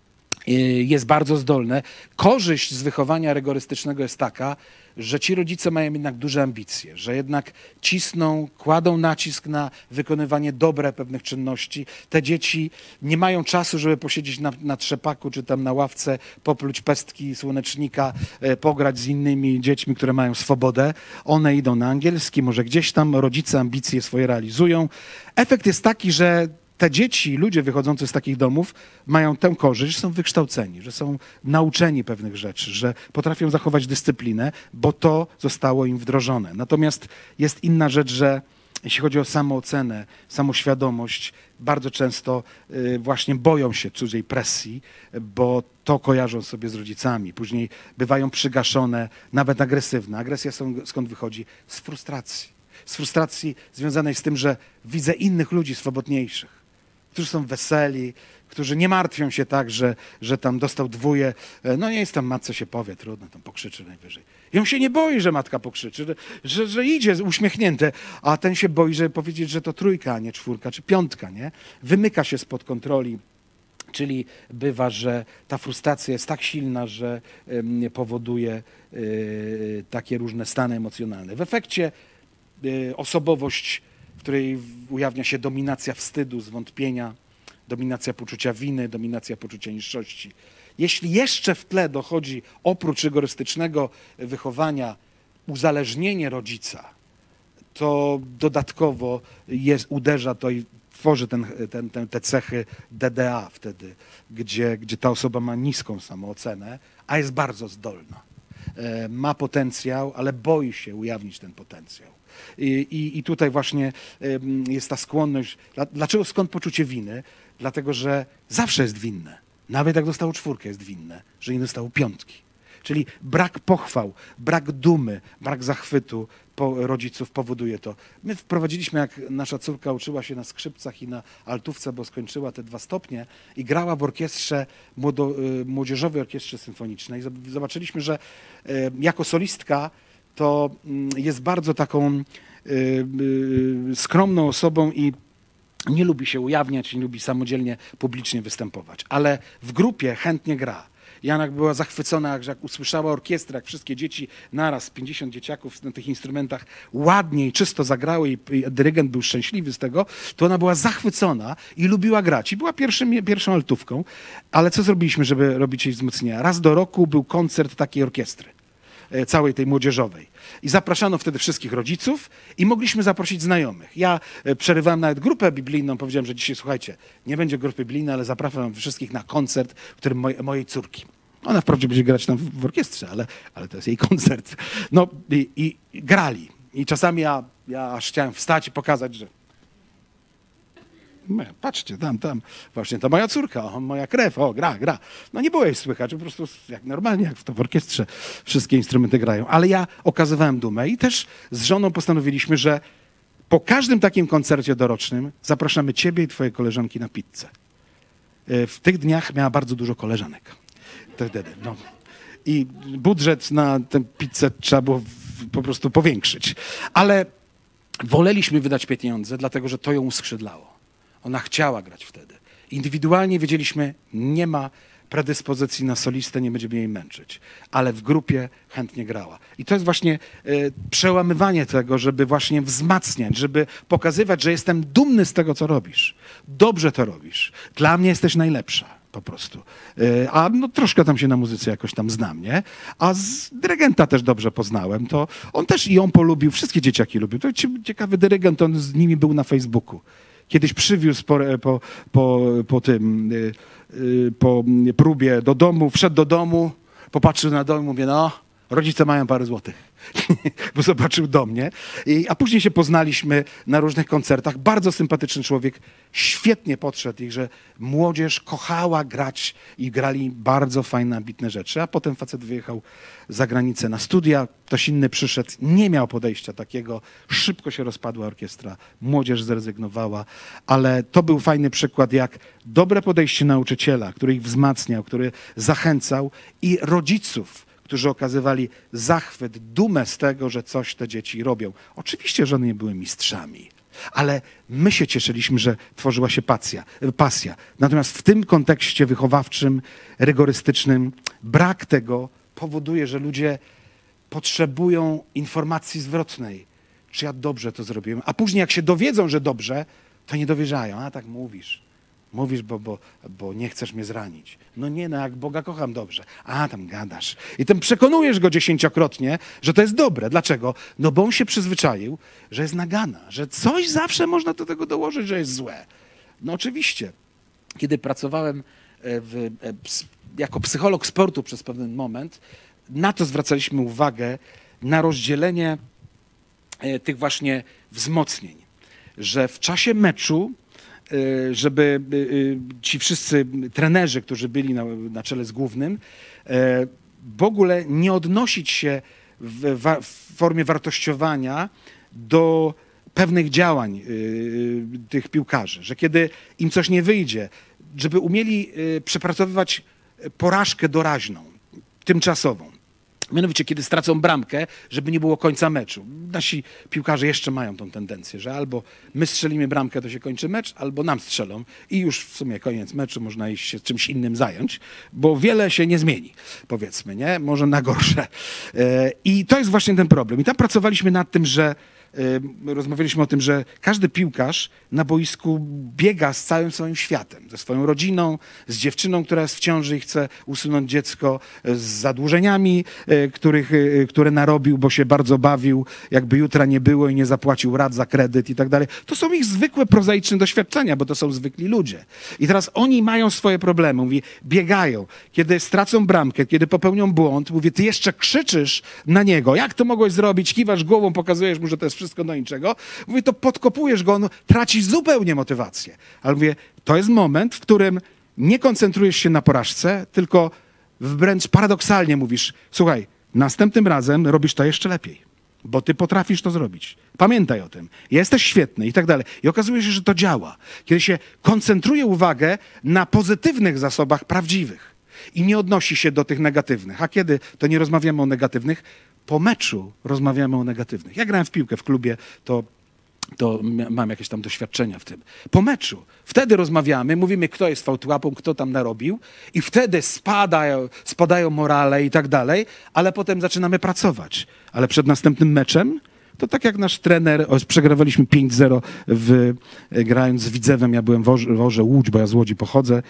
jest bardzo zdolne. Korzyść z wychowania rygorystycznego jest taka, że ci rodzice mają jednak duże ambicje, że jednak cisną, kładą nacisk na wykonywanie dobre pewnych czynności. Te dzieci nie mają czasu, żeby posiedzieć na trzepaku czy tam na ławce, popluć pestki słonecznika, pograć z innymi dziećmi, które mają swobodę. One idą na angielski, może gdzieś tam rodzice ambicje swoje realizują. Efekt jest taki, że te dzieci, ludzie wychodzący z takich domów mają tę korzyść, że są wykształceni, że są nauczeni pewnych rzeczy, że potrafią zachować dyscyplinę, bo to zostało im wdrożone. Natomiast jest inna rzecz, że jeśli chodzi o samoocenę, samoświadomość, bardzo często właśnie boją się cudzej presji, bo to kojarzą sobie z rodzicami. Później bywają przygaszone, nawet agresywne. Agresja skąd wychodzi? Z frustracji. Z frustracji związanej z tym, że widzę innych ludzi swobodniejszych, którzy są weseli, którzy nie martwią się tak, że tam dostał dwóje. No nie jest tam, matce się powie, trudno, tam pokrzyczy najwyżej. I on się nie boi, że matka pokrzyczy, że idzie uśmiechnięte, a ten się boi, żeby powiedzieć, że to 3, a nie 4 czy 5, nie? Wymyka się spod kontroli. Czyli bywa, że ta frustracja jest tak silna, że powoduje takie różne stany emocjonalne. W efekcie osobowość, w której ujawnia się dominacja wstydu, zwątpienia, dominacja poczucia winy, dominacja poczucia niższości. Jeśli jeszcze w tle dochodzi oprócz rygorystycznego wychowania uzależnienie rodzica, to dodatkowo uderza to i tworzy te cechy DDA wtedy, gdzie ta osoba ma niską samoocenę, a jest bardzo zdolna. Ma potencjał, ale boi się ujawnić ten potencjał. I tutaj właśnie jest ta skłonność. Dlaczego? Skąd poczucie winy? Dlatego, że zawsze jest winne. Nawet jak dostało 4, jest winne, że nie dostało 5. Czyli brak pochwał, brak dumy, brak zachwytu rodziców powoduje to. My wprowadziliśmy, jak nasza córka uczyła się na skrzypcach i na altówce, bo skończyła te 2 stopnie i grała w orkiestrze, młodzieżowej orkiestrze symfonicznej. Zobaczyliśmy, że jako solistka to jest bardzo taką skromną osobą i nie lubi się ujawniać, nie lubi samodzielnie, publicznie występować. Ale w grupie chętnie gra. Janak była zachwycona, jak usłyszała orkiestrę, jak wszystkie dzieci naraz, 50 dzieciaków na tych instrumentach ładnie i czysto zagrały i dyrygent był szczęśliwy z tego, to ona była zachwycona i lubiła grać. I była pierwszą altówką. Ale co zrobiliśmy, żeby robić jej wzmocnienia? Raz do roku był koncert takiej orkiestry. całej tej młodzieżowej. I zapraszano wtedy wszystkich rodziców i mogliśmy zaprosić znajomych. Ja przerywałem nawet grupę biblijną, powiedziałem, że dzisiaj, słuchajcie, nie będzie grupy biblijnej, ale zapraszam wszystkich na koncert, w którym mojej córki. Ona wprawdzie będzie grać tam w orkiestrze, ale to jest jej koncert. No i grali. I czasami ja aż chciałem wstać i pokazać, że patrzcie, tam, właśnie ta moja córka, moja krew, gra. No nie było jej słychać, po prostu jak normalnie, jak w orkiestrze wszystkie instrumenty grają. Ale ja okazywałem dumę i też z żoną postanowiliśmy, że po każdym takim koncercie dorocznym zapraszamy ciebie i twoje koleżanki na pizzę. W tych dniach miała bardzo dużo koleżanek. Wtedy, no. I budżet na tę pizzę trzeba było po prostu powiększyć. Ale woleliśmy wydać pieniądze, dlatego że to ją uskrzydlało. Ona chciała grać wtedy. Indywidualnie wiedzieliśmy, nie ma predyspozycji na solistę, nie będziemy jej męczyć. Ale w grupie chętnie grała. I to jest właśnie przełamywanie tego, żeby właśnie wzmacniać, żeby pokazywać, że jestem dumny z tego, co robisz. Dobrze to robisz. Dla mnie jesteś najlepsza. Po prostu. A no, troszkę tam się na muzyce jakoś tam znam, nie? A z dyrygenta też dobrze poznałem. To on też i ją polubił, wszystkie dzieciaki lubił. To ciekawy dyrygent, on z nimi był na Facebooku. Kiedyś przywiózł po próbie do domu, wszedł do domu, popatrzył na dom i mówi, no, rodzice mają parę złotych. Bo zobaczył do mnie. A później się poznaliśmy na różnych koncertach. Bardzo sympatyczny człowiek. Świetnie podszedł i że młodzież kochała grać i grali bardzo fajne, ambitne rzeczy. A potem facet wyjechał za granicę na studia. Ktoś inny przyszedł. Nie miał podejścia takiego. Szybko się rozpadła orkiestra. Młodzież zrezygnowała. Ale to był fajny przykład, jak dobre podejście nauczyciela, który ich wzmacniał, który zachęcał i rodziców, którzy okazywali zachwyt, dumę z tego, że coś te dzieci robią. Oczywiście, że one nie były mistrzami, ale my się cieszyliśmy, że tworzyła się pasja. Natomiast w tym kontekście wychowawczym, rygorystycznym, brak tego powoduje, że ludzie potrzebują informacji zwrotnej. Czy ja dobrze to zrobiłem? A później jak się dowiedzą, że dobrze, to nie dowierzają. A tak mówisz. Mówisz, bo nie chcesz mnie zranić. No nie, no jak Boga kocham dobrze. A, tam gadasz. I tym przekonujesz go 10-krotnie, że to jest dobre. Dlaczego? No bo on się przyzwyczaił, że jest nagana, że coś zawsze można do tego dołożyć, że jest złe. No oczywiście. Kiedy pracowałem jako psycholog sportu przez pewien moment, na to zwracaliśmy uwagę, na rozdzielenie tych właśnie wzmocnień. Że w czasie meczu żeby ci wszyscy trenerzy, którzy byli na czele z głównym, w ogóle nie odnosić się w formie wartościowania do pewnych działań tych piłkarzy, że kiedy im coś nie wyjdzie, żeby umieli przepracowywać porażkę doraźną, tymczasową. Mianowicie, kiedy stracą bramkę, żeby nie było końca meczu. Nasi piłkarze jeszcze mają tą tendencję, że albo my strzelimy bramkę, to się kończy mecz, albo nam strzelą i już w sumie koniec meczu, można iść się czymś innym zająć, bo wiele się nie zmieni, powiedzmy, nie? Może na gorsze. I to jest właśnie ten problem. I tam pracowaliśmy nad tym, że rozmawialiśmy o tym, że każdy piłkarz na boisku biega z całym swoim światem, ze swoją rodziną, z dziewczyną, która jest w ciąży i chce usunąć dziecko, z zadłużeniami, które narobił, bo się bardzo bawił, jakby jutra nie było i nie zapłacił rat za kredyt i tak dalej. To są ich zwykłe, prozaiczne doświadczenia, bo to są zwykli ludzie. I teraz oni mają swoje problemy. Mówi, biegają. Kiedy stracą bramkę, kiedy popełnią błąd, mówię, ty jeszcze krzyczysz na niego. Jak to mogłeś zrobić? Kiwasz głową, pokazujesz mu, że to jest wszystko do niczego. Mówię, to podkopujesz go, on traci zupełnie motywację. Ale mówię, to jest moment, w którym nie koncentrujesz się na porażce, tylko wręcz paradoksalnie mówisz, słuchaj, następnym razem robisz to jeszcze lepiej, bo ty potrafisz to zrobić. Pamiętaj o tym. Jesteś świetny i tak dalej. I okazuje się, że to działa. Kiedy się koncentruje uwagę na pozytywnych zasobach prawdziwych i nie odnosi się do tych negatywnych. A kiedy to nie rozmawiamy o negatywnych, po meczu rozmawiamy o negatywnych. Ja grałem w piłkę w klubie, to mam jakieś tam doświadczenia w tym. Po meczu. Wtedy rozmawiamy, mówimy, kto jest fałtłapą, kto tam narobił i wtedy spadają morale i tak dalej, ale potem zaczynamy pracować. Ale przed następnym meczem to tak jak nasz trener, przegrywaliśmy 5-0 grając z Widzewem, ja byłem w Orze Łódź, bo ja z Łodzi pochodzę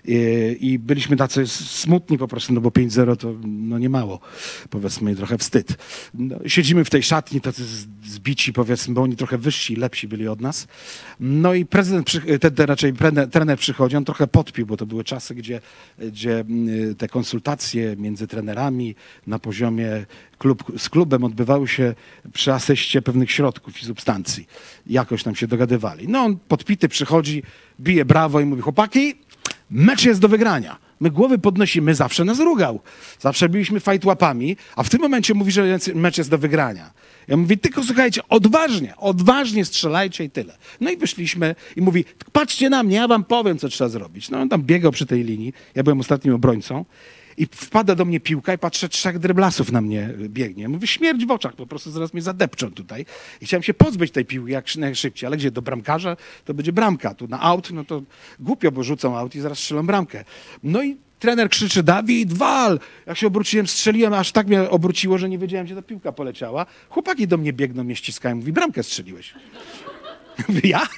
I byliśmy tacy smutni po prostu, no bo 5-0 to no nie mało, powiedzmy, trochę wstyd. No, siedzimy w tej szatni, tacy zbici, powiedzmy, bo oni trochę wyżsi, lepsi byli od nas. No i trener przychodzi, on trochę podpił, bo to były czasy, gdzie te konsultacje między trenerami na poziomie z klubem odbywały się przy asyście pewnych środków i substancji. Jakoś tam się dogadywali. No on podpity przychodzi, bije brawo i mówi: chłopaki, mecz jest do wygrania. My głowy podnosimy, zawsze nas rugał. Zawsze byliśmy fight łapami, a w tym momencie mówi, że mecz jest do wygrania. Ja mówię: tylko słuchajcie, odważnie strzelajcie i tyle. No i wyszliśmy i mówi: patrzcie na mnie, ja wam powiem, co trzeba zrobić. No on tam biegał przy tej linii, ja byłem ostatnim obrońcą i wpada do mnie piłka i patrzę, 3 dryblasów na mnie biegnie. Mówię: śmierć w oczach, po prostu zaraz mnie zadepczą tutaj. I chciałem się pozbyć tej piłki jak najszybciej, ale gdzie? Do bramkarza? To będzie bramka. Tu na aut, no to głupio, bo rzucą aut i zaraz strzelą bramkę. No i trener krzyczy: Dawid, wal! Jak się obróciłem, strzeliłem, aż tak mnie obróciło, że nie wiedziałem, gdzie ta piłka poleciała. Chłopaki do mnie biegną, mnie ściskają. Mówi: bramkę strzeliłeś. Ja?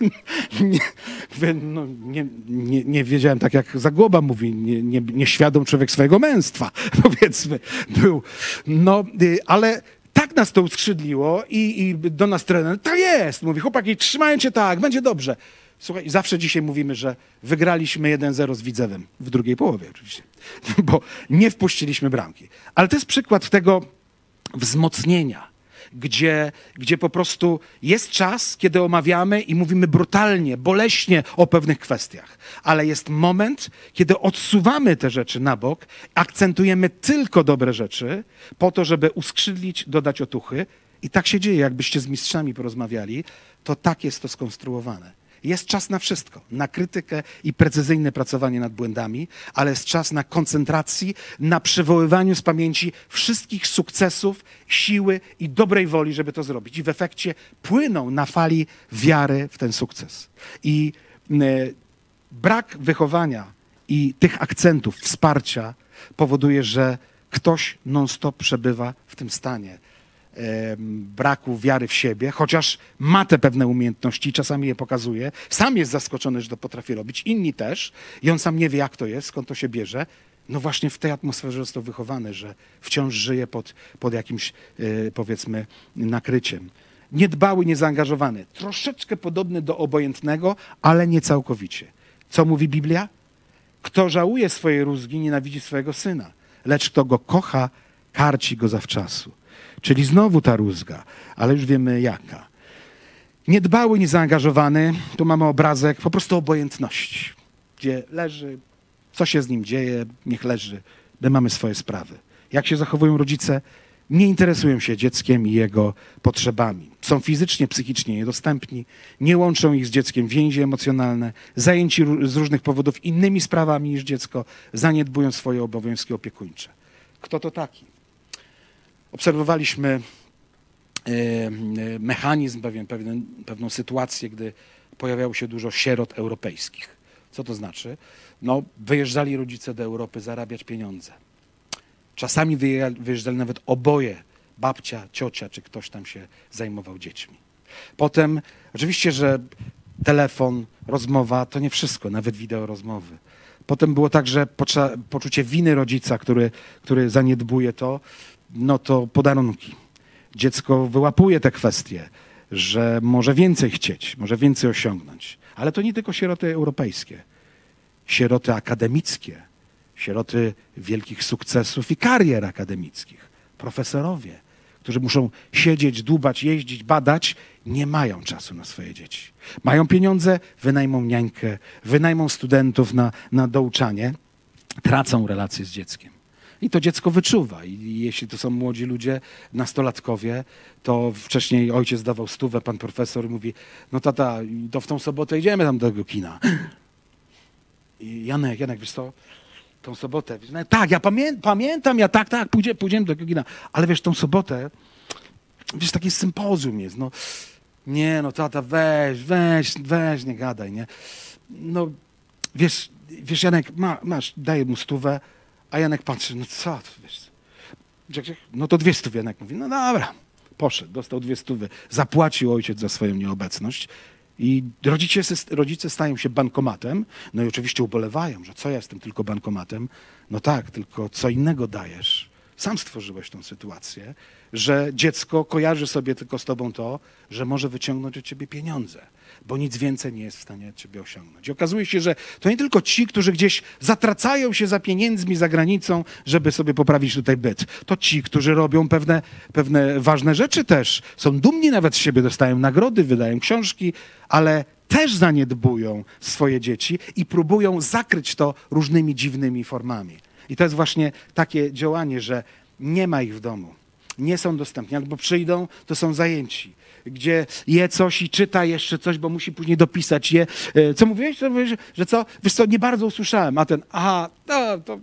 Nie wiedziałem, tak jak Zagłoba mówi, nieświadom człowiek swojego męstwa, powiedzmy, był. No, ale tak nas to uskrzydliło i do nas trener: tak jest, mówi: chłopaki, trzymają cię tak, będzie dobrze. Słuchaj, zawsze dzisiaj mówimy, że wygraliśmy 1-0 z Widzewem, w drugiej połowie oczywiście, bo nie wpuściliśmy bramki. Ale to jest przykład tego wzmocnienia, gdzie po prostu jest czas, kiedy omawiamy i mówimy brutalnie, boleśnie o pewnych kwestiach. Ale jest moment, kiedy odsuwamy te rzeczy na bok, akcentujemy tylko dobre rzeczy po to, żeby uskrzydlić, dodać otuchy. I tak się dzieje, jakbyście z mistrzami porozmawiali, to tak jest to skonstruowane. Jest czas na wszystko, na krytykę i precyzyjne pracowanie nad błędami, ale jest czas na koncentracji, na przywoływaniu z pamięci wszystkich sukcesów, siły i dobrej woli, żeby to zrobić. I w efekcie płyną na fali wiary w ten sukces. I brak wychowania i tych akcentów, wsparcia powoduje, że ktoś non-stop przebywa w tym stanie braku wiary w siebie, chociaż ma te pewne umiejętności i czasami je pokazuje. Sam jest zaskoczony, że to potrafi robić, inni też. I on sam nie wie, jak to jest, skąd to się bierze. No właśnie w tej atmosferze został wychowany, że wciąż żyje pod jakimś, powiedzmy, nakryciem. Niedbały, niezaangażowany. Troszeczkę podobny do obojętnego, ale nie całkowicie. Co mówi Biblia? Kto żałuje swojej rózgi, nienawidzi swojego syna. Lecz kto go kocha, karci go zawczasu. Czyli znowu ta rózga, ale już wiemy jaka. Niedbały, niezaangażowany, tu mamy obrazek po prostu obojętności, gdzie leży, co się z nim dzieje, niech leży, my mamy swoje sprawy. Jak się zachowują rodzice? Nie interesują się dzieckiem i jego potrzebami. Są fizycznie, psychicznie niedostępni, nie łączą ich z dzieckiem więzi emocjonalne, zajęci z różnych powodów innymi sprawami niż dziecko, zaniedbują swoje obowiązki opiekuńcze. Kto to taki? Obserwowaliśmy mechanizm, pewną sytuację, gdy pojawiało się dużo sierot europejskich. Co to znaczy? No, wyjeżdżali rodzice do Europy zarabiać pieniądze. Czasami wyjeżdżali nawet oboje, babcia, ciocia, czy ktoś tam się zajmował dziećmi. Potem, oczywiście, że telefon, rozmowa to nie wszystko, nawet wideo rozmowy. Potem było także poczucie winy rodzica, który zaniedbuje to, no to podarunki. Dziecko wyłapuje te kwestie, że może więcej chcieć, może więcej osiągnąć. Ale to nie tylko sieroty europejskie. Sieroty akademickie, sieroty wielkich sukcesów i karier akademickich. Profesorowie, którzy muszą siedzieć, dłubać, jeździć, badać, nie mają czasu na swoje dzieci. Mają pieniądze, wynajmą niańkę, wynajmą studentów na douczanie, tracą relacje z dzieckiem. I to dziecko wyczuwa. I jeśli to są młodzi ludzie, nastolatkowie, to wcześniej ojciec dawał 100, pan profesor mówi: no tata, to w tą sobotę idziemy tam do tego kina. I Janek, wiesz co, tą sobotę, tak, ja pamiętam, tak, pójdziemy do tego kina, ale wiesz, tą sobotę, wiesz, takie sympozjum jest, no, nie, no tata, weź, nie gadaj, nie. No, wiesz Janek, masz, daję mu 100, a Janek patrzy, no co to, wiesz, no to 200, Janek mówi, no dobra, poszedł, dostał 200, zapłacił ojciec za swoją nieobecność I rodzice stają się bankomatem, no i oczywiście ubolewają, że co ja jestem tylko bankomatem. No tak, tylko co innego dajesz. Sam stworzyłeś tą sytuację, że dziecko kojarzy sobie tylko z tobą to, że może wyciągnąć od ciebie pieniądze, bo nic więcej nie jest w stanie od ciebie osiągnąć. I okazuje się, że to nie tylko ci, którzy gdzieś zatracają się za pieniędzmi za granicą, żeby sobie poprawić tutaj byt. To ci, którzy robią pewne ważne rzeczy też. Są dumni nawet z siebie, dostają nagrody, wydają książki, ale też zaniedbują swoje dzieci i próbują zakryć to różnymi dziwnymi formami. I to jest właśnie takie działanie, że nie ma ich w domu, nie są dostępni, albo przyjdą, to są zajęci, gdzie je coś i czyta jeszcze coś, bo musi później dopisać je. Co mówiłeś? Że co? Wiesz co, nie bardzo usłyszałem, a ten, to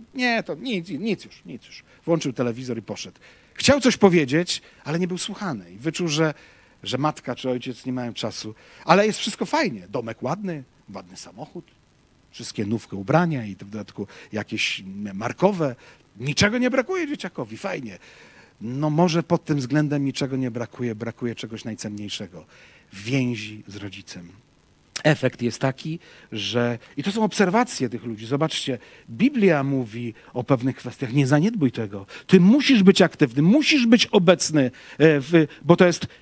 nic już. Włączył telewizor i poszedł. Chciał coś powiedzieć, ale nie był słuchany i wyczuł, że matka czy ojciec nie mają czasu, ale jest wszystko fajnie. Domek ładny samochód, wszystkie nówki ubrania i w dodatku jakieś markowe. Niczego nie brakuje dzieciakowi, fajnie. No może pod tym względem niczego nie brakuje czegoś najcenniejszego. Więzi z rodzicem. Efekt jest taki, że... I to są obserwacje tych ludzi. Zobaczcie, Biblia mówi o pewnych kwestiach. Nie zaniedbuj tego. Ty musisz być aktywny, musisz być obecny, bo to jest...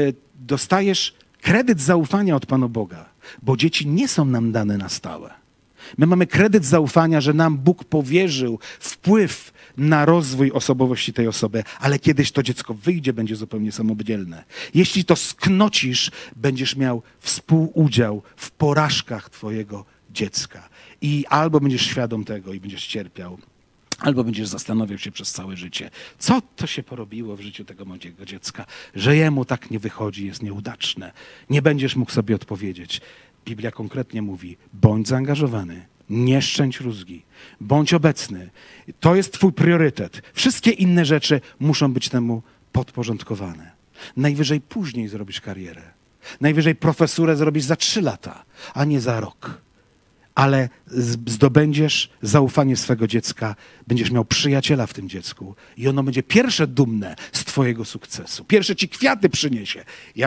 Dostajesz kredyt zaufania od Pana Boga, bo dzieci nie są nam dane na stałe. My mamy kredyt zaufania, że nam Bóg powierzył wpływ na rozwój osobowości tej osoby, ale kiedyś to dziecko wyjdzie, będzie zupełnie samodzielne. Jeśli to sknocisz, będziesz miał współudział w porażkach twojego dziecka. I albo będziesz świadom tego i będziesz cierpiał, albo będziesz zastanawiał się przez całe życie, co to się porobiło w życiu tego młodego dziecka, że jemu tak nie wychodzi, jest nieudaczne. Nie będziesz mógł sobie odpowiedzieć. Biblia konkretnie mówi, bądź zaangażowany, nie szczędź rózgi, bądź obecny. To jest twój priorytet. Wszystkie inne rzeczy muszą być temu podporządkowane. Najwyżej później zrobisz karierę. Najwyżej profesurę zrobisz za 3 lata, a nie za rok. Ale zdobędziesz zaufanie swego dziecka, będziesz miał przyjaciela w tym dziecku i ono będzie pierwsze dumne z twojego sukcesu. Pierwsze ci kwiaty przyniesie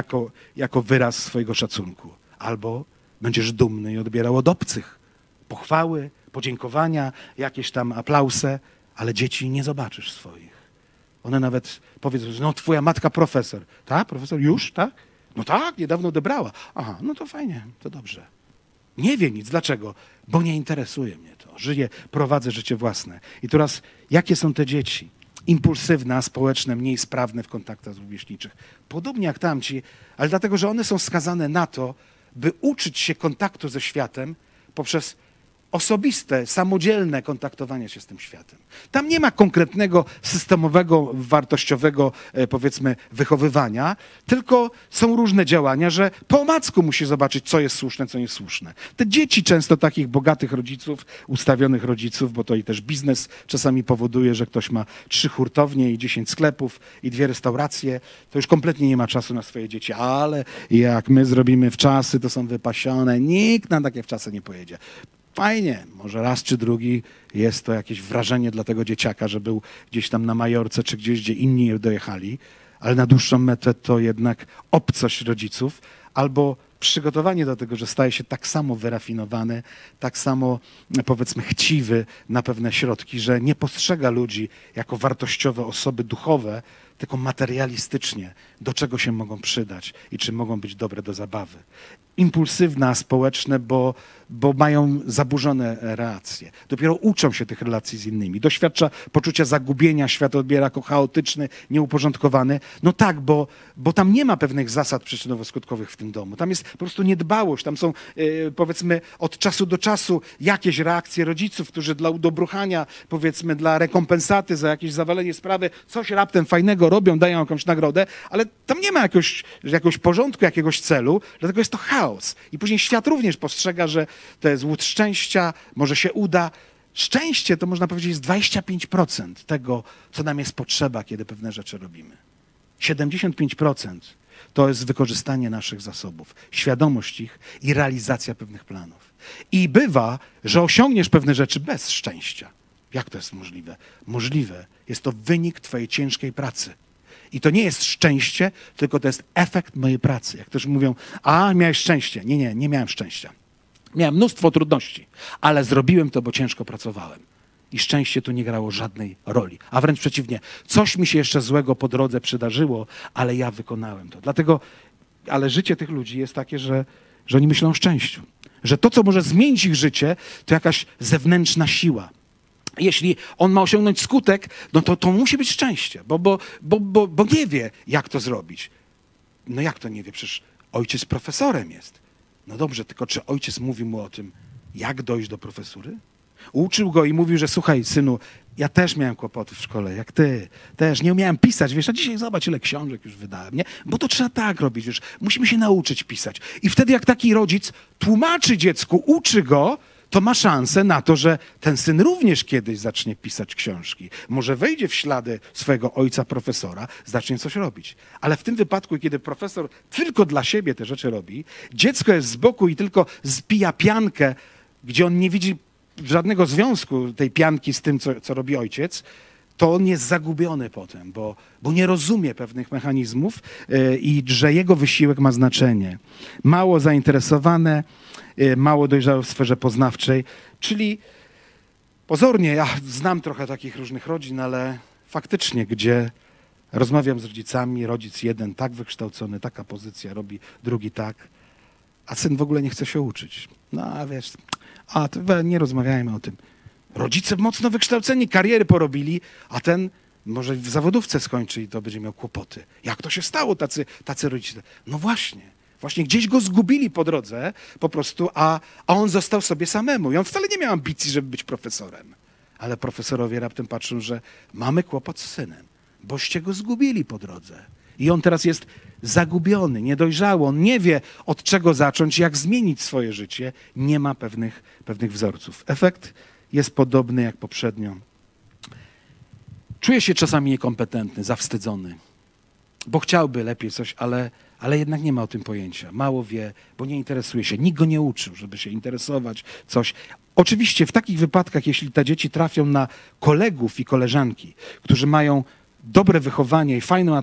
jako wyraz swojego szacunku. Albo będziesz dumny i odbierał od obcych pochwały, podziękowania, jakieś tam aplausy, ale dzieci nie zobaczysz swoich. One nawet powiedzą, że no twoja matka profesor. Tak? Profesor już? Tak? No tak, niedawno odebrała. Aha, no to fajnie, to dobrze. Nie wie nic. Dlaczego? Bo nie interesuje mnie to. Prowadzę życie własne. I teraz, jakie są te dzieci? Impulsywne, aspołeczne, mniej sprawne w kontaktach rówieśniczych. Podobnie jak tamci, ale dlatego, że one są skazane na to, by uczyć się kontaktu ze światem poprzez osobiste, samodzielne kontaktowanie się z tym światem. Tam nie ma konkretnego, systemowego, wartościowego, powiedzmy, wychowywania, tylko są różne działania, że po omacku musi zobaczyć, co jest słuszne, co niesłuszne. Te dzieci często takich bogatych rodziców, ustawionych rodziców, bo to i też biznes czasami powoduje, że ktoś ma 3 hurtownie i 10 sklepów i 2 restauracje, to już kompletnie nie ma czasu na swoje dzieci, ale jak my zrobimy wczasy, to są wypasione, nikt na takie wczasy nie pojedzie. Fajnie, może raz czy drugi jest to jakieś wrażenie dla tego dzieciaka, że był gdzieś tam na Majorce czy gdzieś, gdzie inni nie dojechali, ale na dłuższą metę to jednak obcość rodziców albo przygotowanie do tego, że staje się tak samo wyrafinowany, tak samo, powiedzmy, chciwy na pewne środki, że nie postrzega ludzi jako wartościowe osoby duchowe, tylko materialistycznie, do czego się mogą przydać i czy mogą być dobre do zabawy. Impulsywne, a społeczne, bo mają zaburzone relacje. Dopiero uczą się tych relacji z innymi. Doświadcza poczucia zagubienia, świat odbiera jako chaotyczny, nieuporządkowany. No tak, bo tam nie ma pewnych zasad przyczynowo-skutkowych w tym domu. Tam jest po prostu niedbałość. Tam są, powiedzmy, od czasu do czasu jakieś reakcje rodziców, którzy dla udobruchania, powiedzmy, dla rekompensaty za jakieś zawalenie sprawy, coś raptem fajnego robią, dają jakąś nagrodę, ale tam nie ma jakiegoś porządku, jakiegoś celu, dlatego jest to chaos. I później świat również postrzega, że to jest łód szczęścia, może się uda. Szczęście to można powiedzieć jest 25% tego, co nam jest potrzeba, kiedy pewne rzeczy robimy. 75% to jest wykorzystanie naszych zasobów, świadomość ich i realizacja pewnych planów. I bywa, że osiągniesz pewne rzeczy bez szczęścia. Jak to jest możliwe? Możliwe. Jest to wynik twojej ciężkiej pracy. I to nie jest szczęście, tylko to jest efekt mojej pracy. Jak też mówią, miałeś szczęście. Nie, nie miałem szczęścia. Miałem mnóstwo trudności, ale zrobiłem to, bo ciężko pracowałem. I szczęście tu nie grało żadnej roli. A wręcz przeciwnie, coś mi się jeszcze złego po drodze przydarzyło, ale ja wykonałem to. Dlatego, ale życie tych ludzi jest takie, że oni myślą o szczęściu. Że to, co może zmienić ich życie, to jakaś zewnętrzna siła. Jeśli on ma osiągnąć skutek, no to musi być szczęście, bo nie wie, jak to zrobić. No jak to nie wie? Przecież ojciec profesorem jest. No dobrze, tylko czy ojciec mówił mu o tym, jak dojść do profesury? Uczył go i mówił, że słuchaj, synu, ja też miałem kłopoty w szkole, jak ty. Też nie umiałem pisać, wiesz, a dzisiaj zobacz, ile książek już wydałem, nie? Bo to trzeba tak robić, wiesz, musimy się nauczyć pisać. I wtedy jak taki rodzic tłumaczy dziecku, uczy go, to ma szansę na to, że ten syn również kiedyś zacznie pisać książki. Może wejdzie w ślady swojego ojca profesora, zacznie coś robić. Ale w tym wypadku, kiedy profesor tylko dla siebie te rzeczy robi, dziecko jest z boku i tylko zpija piankę, gdzie on nie widzi żadnego związku tej pianki z tym, co robi ojciec, to on jest zagubiony potem, bo nie rozumie pewnych mechanizmów i że jego wysiłek ma znaczenie. Mało zainteresowane, mało dojrzałe w sferze poznawczej, czyli pozornie, ja znam trochę takich różnych rodzin, ale faktycznie, gdzie rozmawiam z rodzicami, rodzic jeden tak wykształcony, taka pozycja robi, drugi tak, a syn w ogóle nie chce się uczyć. No a wiesz, to nie rozmawiajmy o tym. Rodzice mocno wykształceni, kariery porobili, a ten może w zawodówce skończy i to będzie miał kłopoty. Jak to się stało, tacy rodzice? No właśnie gdzieś go zgubili po drodze po prostu, a on został sobie samemu. I on wcale nie miał ambicji, żeby być profesorem. Ale profesorowie raptem patrzą, że mamy kłopot z synem, boście go zgubili po drodze. I on teraz jest zagubiony, niedojrzały. On nie wie, od czego zacząć, jak zmienić swoje życie. Nie ma pewnych wzorców. Efekt jest podobny jak poprzednio. Czuje się czasami niekompetentny, zawstydzony, bo chciałby lepiej coś, ale jednak nie ma o tym pojęcia. Mało wie, bo nie interesuje się. Nikt go nie uczył, żeby się interesować coś. Oczywiście w takich wypadkach, jeśli te dzieci trafią na kolegów i koleżanki, którzy mają dobre wychowanie i fajną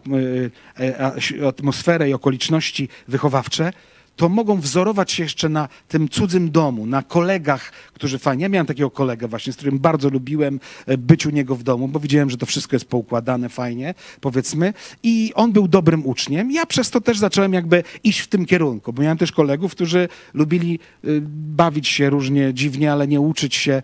atmosferę i okoliczności wychowawcze, to mogą wzorować się jeszcze na tym cudzym domu, na kolegach, którzy fajnie. Ja miałem takiego kolegę właśnie, z którym bardzo lubiłem być u niego w domu, bo widziałem, że to wszystko jest poukładane fajnie, powiedzmy. I on był dobrym uczniem. Ja przez to też zacząłem jakby iść w tym kierunku, bo miałem też kolegów, którzy lubili bawić się różnie dziwnie, ale nie uczyć się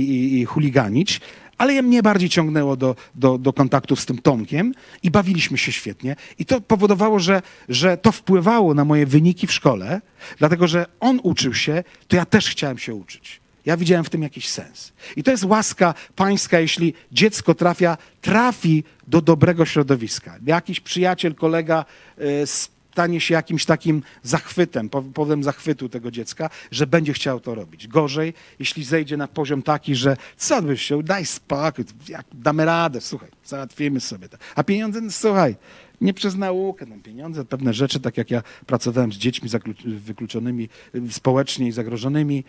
i chuliganić. Ale mnie bardziej ciągnęło do kontaktów z tym Tomkiem i bawiliśmy się świetnie. I to powodowało, że to wpływało na moje wyniki w szkole, dlatego że on uczył się, to ja też chciałem się uczyć. Ja widziałem w tym jakiś sens. I to jest łaska pańska, jeśli dziecko trafi do dobrego środowiska. Jakiś przyjaciel, kolega stanie się jakimś takim zachwytem, powodem zachwytu tego dziecka, że będzie chciał to robić. Gorzej, jeśli zejdzie na poziom taki, że co byś się, daj spokój, damy radę, słuchaj, załatwimy sobie to. A pieniądze, no, słuchaj, nie przez naukę, no, pieniądze, pewne rzeczy, tak jak ja pracowałem z dziećmi wykluczonymi społecznie i zagrożonymi.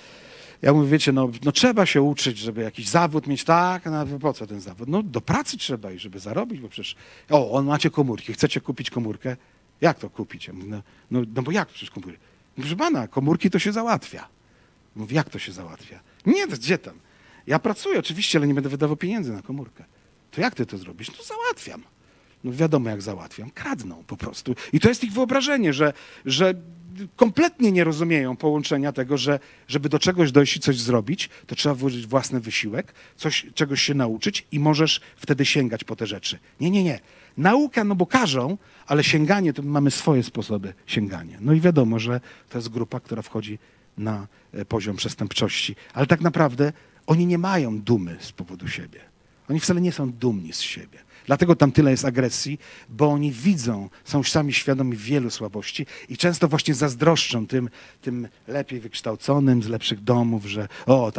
Ja mówię, wiecie, no trzeba się uczyć, żeby jakiś zawód mieć, tak, no po co ten zawód? No do pracy trzeba i żeby zarobić, bo przecież, on macie komórki, chcecie kupić komórkę? Jak to kupić? Ja mówię, no bo jak przecież komórki? Proszę pana, komórki to się załatwia. Mówię, jak to się załatwia? Nie, to gdzie tam? Ja pracuję oczywiście, ale nie będę wydawał pieniędzy na komórkę. To jak ty to zrobisz? No załatwiam. No wiadomo jak załatwiam. Kradną po prostu. I to jest ich wyobrażenie, że kompletnie nie rozumieją połączenia tego, że żeby do czegoś dojść i coś zrobić, to trzeba włożyć własny wysiłek, czegoś się nauczyć i możesz wtedy sięgać po te rzeczy. Nie. Nauka, no bo każą, ale sięganie, to mamy swoje sposoby sięgania. No i wiadomo, że to jest grupa, która wchodzi na poziom przestępczości. Ale tak naprawdę oni nie mają dumy z powodu siebie. Oni wcale nie są dumni z siebie. Dlatego tam tyle jest agresji, bo oni widzą, są sami świadomi wielu słabości i często właśnie zazdroszczą tym lepiej wykształconym, z lepszych domów, że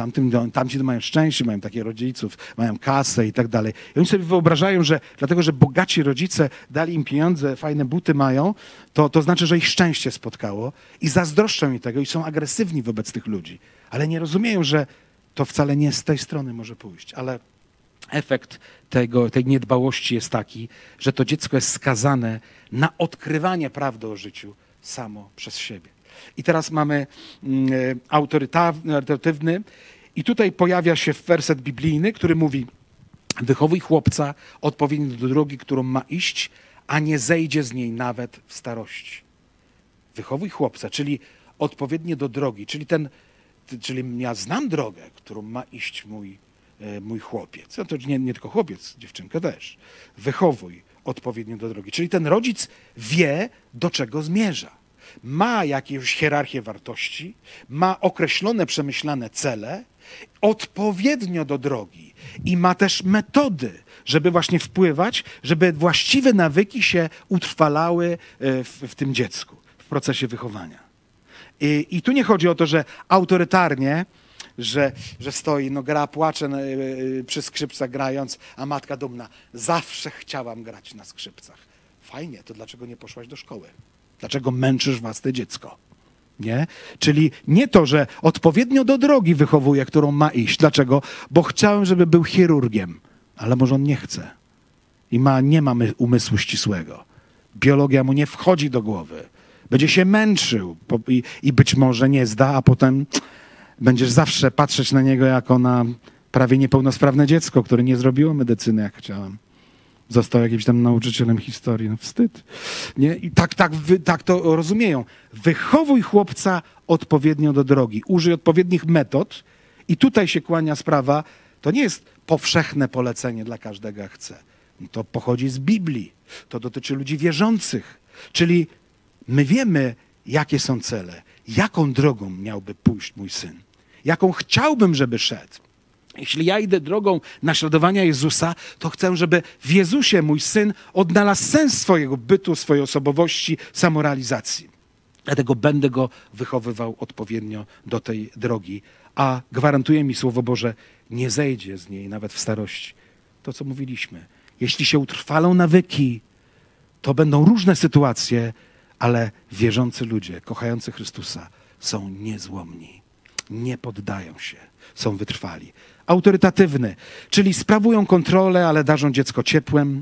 tamci mają szczęście, mają takich rodziców, mają kasę i tak dalej. I oni sobie wyobrażają, że dlatego, że bogaci rodzice dali im pieniądze, fajne buty mają, to znaczy, że ich szczęście spotkało i zazdroszczą im tego i są agresywni wobec tych ludzi. Ale nie rozumieją, że to wcale nie z tej strony może pójść. Ale efekt tej niedbałości jest taki, że to dziecko jest skazane na odkrywanie prawdy o życiu samo przez siebie. I teraz mamy autorytatywny i tutaj pojawia się werset biblijny, który mówi: wychowuj chłopca odpowiednio do drogi, którą ma iść, a nie zejdzie z niej nawet w starości. Wychowuj chłopca, czyli odpowiednio do drogi, czyli ja znam drogę, którą ma iść mój chłopiec. No to nie tylko chłopiec, dziewczynka też. Wychowuj odpowiednio do drogi. Czyli ten rodzic wie, do czego zmierza. Ma jakąś hierarchię wartości, ma określone, przemyślane cele, odpowiednio do drogi i ma też metody, żeby właśnie wpływać, żeby właściwe nawyki się utrwalały w tym dziecku, w procesie wychowania. I tu nie chodzi o to, że autorytarnie, że stoi, gra, płacze przy skrzypcach grając, a matka dumna. Zawsze chciałam grać na skrzypcach. Fajnie, to dlaczego nie poszłaś do szkoły? Dlaczego męczysz własne dziecko? Nie? Czyli nie to, że odpowiednio do drogi wychowuję, którą ma iść. Dlaczego? Bo chciałem, żeby był chirurgiem, ale może on nie chce. I nie ma umysłu ścisłego. Biologia mu nie wchodzi do głowy. Będzie się męczył i być może nie zda, a potem będziesz zawsze patrzeć na niego jako na prawie niepełnosprawne dziecko, które nie zrobiło medycyny, jak chciałem. Został jakimś tam nauczycielem historii. No wstyd. Nie? I tak to rozumieją. Wychowuj chłopca odpowiednio do drogi. Użyj odpowiednich metod i tutaj się kłania sprawa. To nie jest powszechne polecenie dla każdego, jak chce. To pochodzi z Biblii. To dotyczy ludzi wierzących. Czyli my wiemy, jakie są cele. Jaką drogą miałby pójść mój syn. Jaką chciałbym, żeby szedł. Jeśli ja idę drogą naśladowania Jezusa, to chcę, żeby w Jezusie mój syn odnalazł sens swojego bytu, swojej osobowości, samorealizacji. Dlatego będę go wychowywał odpowiednio do tej drogi. A gwarantuje mi Słowo Boże, nie zejdzie z niej nawet w starości. To, co mówiliśmy. Jeśli się utrwalą nawyki, to będą różne sytuacje, ale wierzący ludzie, kochający Chrystusa są niezłomni. Nie poddają się. Są wytrwali. Autorytatywny, czyli sprawują kontrolę, ale darzą dziecko ciepłem.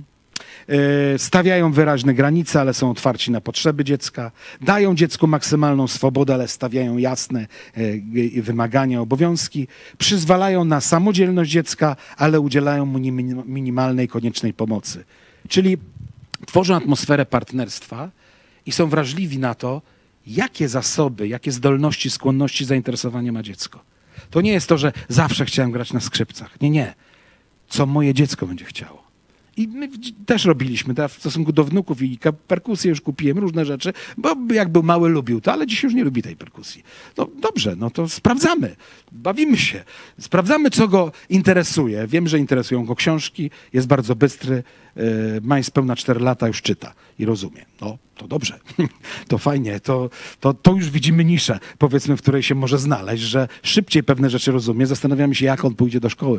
Stawiają wyraźne granice, ale są otwarci na potrzeby dziecka. Dają dziecku maksymalną swobodę, ale stawiają jasne wymagania, obowiązki. Przyzwalają na samodzielność dziecka, ale udzielają mu minimalnej, koniecznej pomocy. Czyli tworzą atmosferę partnerstwa i są wrażliwi na to, jakie zasoby, jakie zdolności, skłonności, zainteresowania ma dziecko. To nie jest to, że zawsze chciałem grać na skrzypcach. Nie. Co moje dziecko będzie chciało. I my też robiliśmy w stosunku do wnuków i perkusję już kupiłem, różne rzeczy, bo jak był mały lubił to, ale dziś już nie lubi tej perkusji. No dobrze, no to sprawdzamy, bawimy się, sprawdzamy, co go interesuje. Wiem, że interesują go książki, jest bardzo bystry, ma niespełna 4 lata, już czyta i rozumie. No to dobrze, to fajnie, to już widzimy niszę, powiedzmy, w której się może znaleźć, że szybciej pewne rzeczy rozumie, zastanawiamy się, jak on pójdzie do szkoły.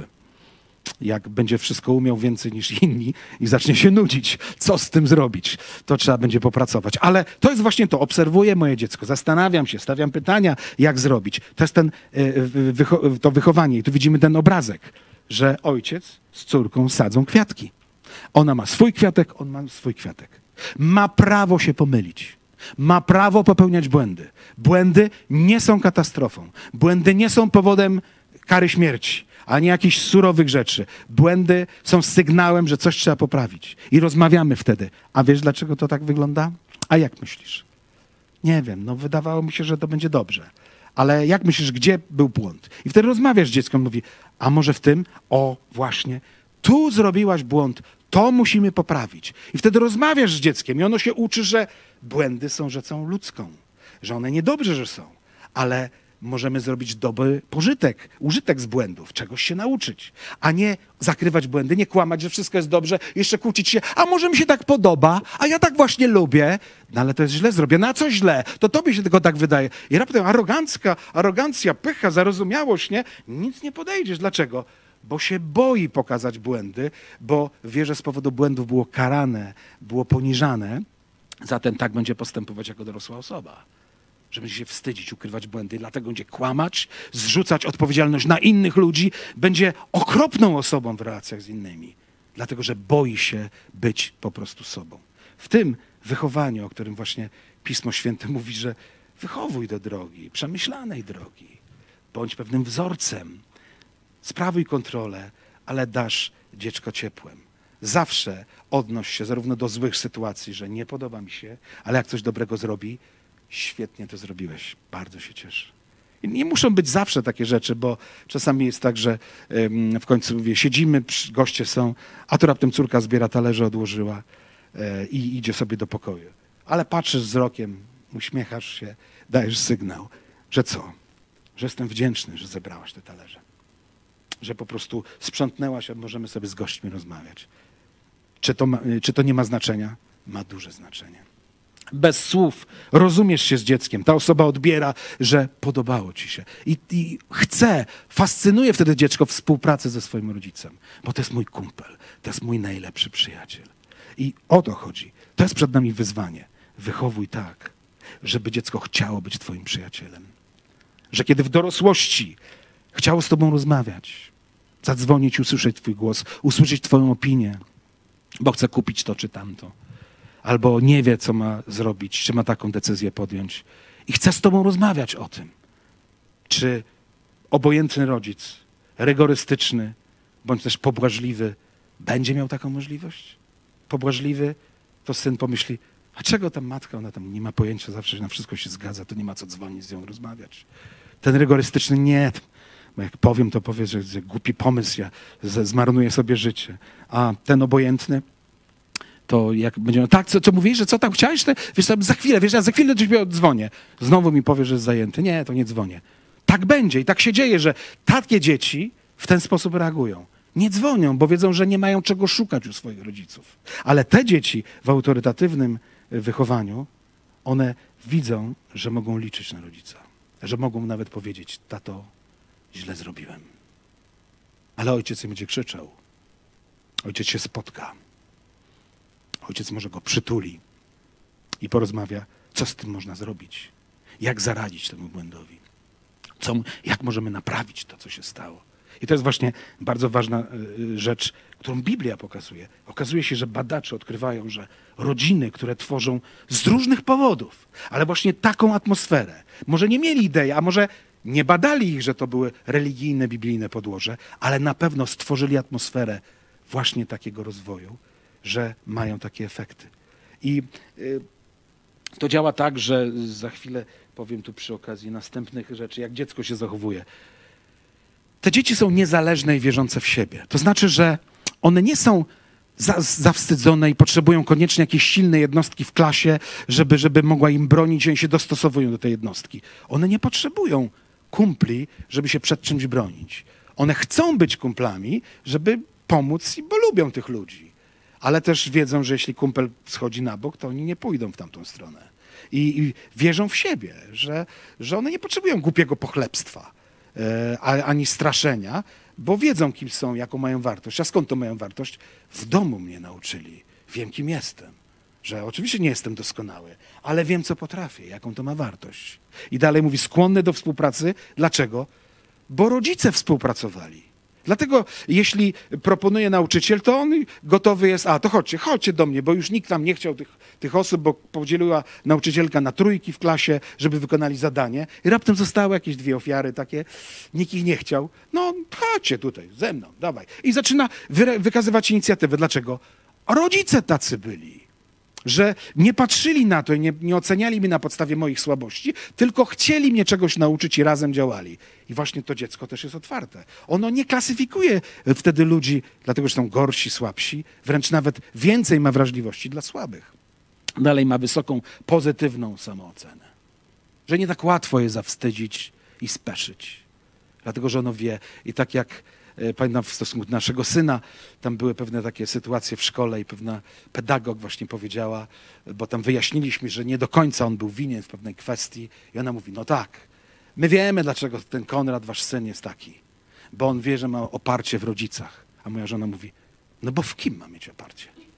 Jak będzie wszystko umiał więcej niż inni i zacznie się nudzić, co z tym zrobić, to trzeba będzie popracować. Ale to jest właśnie to, obserwuję moje dziecko, zastanawiam się, stawiam pytania, jak zrobić. To jest to wychowanie i tu widzimy ten obrazek, że ojciec z córką sadzą kwiatki. Ona ma swój kwiatek, on ma swój kwiatek. Ma prawo się pomylić. Ma prawo popełniać błędy. Błędy nie są katastrofą. Błędy nie są powodem kary śmierci, ani jakichś surowych rzeczy. Błędy są sygnałem, że coś trzeba poprawić. I rozmawiamy wtedy. A wiesz, dlaczego to tak wygląda? A jak myślisz? Nie wiem, no wydawało mi się, że to będzie dobrze. Ale jak myślisz, gdzie był błąd? I wtedy rozmawiasz z dzieckiem, mówi, a może w tym? O, właśnie, tu zrobiłaś błąd, to musimy poprawić. I wtedy rozmawiasz z dzieckiem i ono się uczy, że błędy są rzeczą ludzką. Że one niedobrze, że są, ale możemy zrobić dobry użytek z błędów, czegoś się nauczyć, a nie zakrywać błędy, nie kłamać, że wszystko jest dobrze, jeszcze kłócić się, a może mi się tak podoba, a ja tak właśnie lubię, no ale to jest źle zrobione, a co źle? To tobie się tylko tak wydaje. I raptem arogancja, pycha, zarozumiałość, nie? Nic nie podejdziesz. Dlaczego? Bo się boi pokazać błędy, bo wie, że z powodu błędów było karane, było poniżane, zatem tak będzie postępować jako dorosła osoba. że będzie się wstydzić, ukrywać błędy, dlatego będzie kłamać, zrzucać odpowiedzialność na innych ludzi, będzie okropną osobą w relacjach z innymi, dlatego że boi się być po prostu sobą. W tym wychowaniu, o którym właśnie Pismo Święte mówi, że wychowuj do drogi, przemyślanej drogi, bądź pewnym wzorcem, sprawuj kontrolę, ale dasz dziecko ciepłem. Zawsze odnoś się zarówno do złych sytuacji, że nie podoba mi się, ale jak coś dobrego zrobi, świetnie to zrobiłeś, bardzo się cieszę. I nie muszą być zawsze takie rzeczy, bo czasami jest tak, że w końcu mówię, siedzimy, goście są, a tu raptem córka zbiera talerze, odłożyła i idzie sobie do pokoju. Ale patrzysz wzrokiem, uśmiechasz się, dajesz sygnał, że co? Że jestem wdzięczny, że zebrałaś te talerze. Że po prostu sprzątnęłaś, a możemy sobie z gośćmi rozmawiać. Czy to nie ma znaczenia? Ma duże znaczenie. Bez słów rozumiesz się z dzieckiem. Ta osoba odbiera, że podobało ci się. I chce, fascynuje wtedy dziecko współpracę ze swoim rodzicem. Bo to jest mój kumpel, to jest mój najlepszy przyjaciel. I o to chodzi. To jest przed nami wyzwanie. Wychowuj tak, żeby dziecko chciało być twoim przyjacielem. Że kiedy w dorosłości chciało z tobą rozmawiać, zadzwonić, usłyszeć twój głos, usłyszeć twoją opinię, bo chce kupić to czy tamto, albo nie wie, co ma zrobić, czy ma taką decyzję podjąć i chce z tobą rozmawiać o tym. Czy obojętny rodzic, rygorystyczny, bądź też pobłażliwy, będzie miał taką możliwość? Pobłażliwy, to syn pomyśli, a czego tam matka, ona tam nie ma pojęcia, zawsze na wszystko się zgadza, to nie ma co dzwonić z nią rozmawiać. Ten rygorystyczny nie, bo jak powiem, to powie, że głupi pomysł, ja zmarnuję sobie życie. A ten obojętny, to jak będzie, tak, co mówisz, że co tam chciałeś? Wiesz, za chwilę, wiesz, ja za chwilę do ciebie odzwonię. Znowu mi powie, że jest zajęty. Nie, to nie dzwonię. Tak będzie i tak się dzieje, że takie dzieci w ten sposób reagują. Nie dzwonią, bo wiedzą, że nie mają czego szukać u swoich rodziców. Ale te dzieci w autorytatywnym wychowaniu, one widzą, że mogą liczyć na rodzica. Że mogą nawet powiedzieć, tato, źle zrobiłem. Ale ojciec nie będzie krzyczał. Ojciec się spotka. Ojciec może go przytuli i porozmawia, co z tym można zrobić. Jak zaradzić temu błędowi. Jak możemy naprawić to, co się stało. I to jest właśnie bardzo ważna rzecz, którą Biblia pokazuje. Okazuje się, że badacze odkrywają, że rodziny, które tworzą z różnych powodów, ale właśnie taką atmosferę, może nie mieli idei, a może nie badali ich, że to były religijne, biblijne podłoże, ale na pewno stworzyli atmosferę właśnie takiego rozwoju, że mają takie efekty. I to działa tak, że za chwilę powiem tu przy okazji następnych rzeczy, jak dziecko się zachowuje. Te dzieci są niezależne i wierzące w siebie. To znaczy, że one nie są zawstydzone i potrzebują koniecznie jakiejś silnej jednostki w klasie, żeby mogła im bronić i oni się dostosowują do tej jednostki. One nie potrzebują kumpli, żeby się przed czymś bronić. One chcą być kumplami, żeby pomóc, bo lubią tych ludzi. Ale też wiedzą, że jeśli kumpel schodzi na bok, to oni nie pójdą w tamtą stronę. I wierzą w siebie, że one nie potrzebują głupiego pochlebstwa ani straszenia, bo wiedzą, kim są, jaką mają wartość. A skąd to mają wartość? W domu mnie nauczyli. Wiem, kim jestem. Że oczywiście nie jestem doskonały, ale wiem, co potrafię, jaką to ma wartość. I dalej mówi, skłonny do współpracy. Dlaczego? Bo rodzice współpracowali. Dlatego jeśli proponuje nauczyciel, to on gotowy jest, to chodźcie do mnie, bo już nikt tam nie chciał tych osób, bo podzieliła nauczycielka na trójki w klasie, żeby wykonali zadanie i raptem zostały jakieś 2 ofiary takie, nikt ich nie chciał. No chodźcie tutaj, ze mną, dawaj. I zaczyna wykazywać inicjatywę. Dlaczego? Rodzice tacy byli. Że nie patrzyli na to i nie oceniali mnie na podstawie moich słabości, tylko chcieli mnie czegoś nauczyć i razem działali. I właśnie to dziecko też jest otwarte. Ono nie klasyfikuje wtedy ludzi, dlatego że są gorsi, słabsi, wręcz nawet więcej ma wrażliwości dla słabych. Dalej ma wysoką, pozytywną samoocenę. Że nie tak łatwo je zawstydzić i speszyć. Dlatego, że ono wie i tak jak pamiętam w stosunku do naszego syna, tam były pewne takie sytuacje w szkole i pewna pedagog właśnie powiedziała, bo tam wyjaśniliśmy, że nie do końca on był winien w pewnej kwestii i ona mówi, no tak, my wiemy, dlaczego ten Konrad, wasz syn jest taki, bo on wie, że ma oparcie w rodzicach. A moja żona mówi, no bo w kim ma mieć oparcie?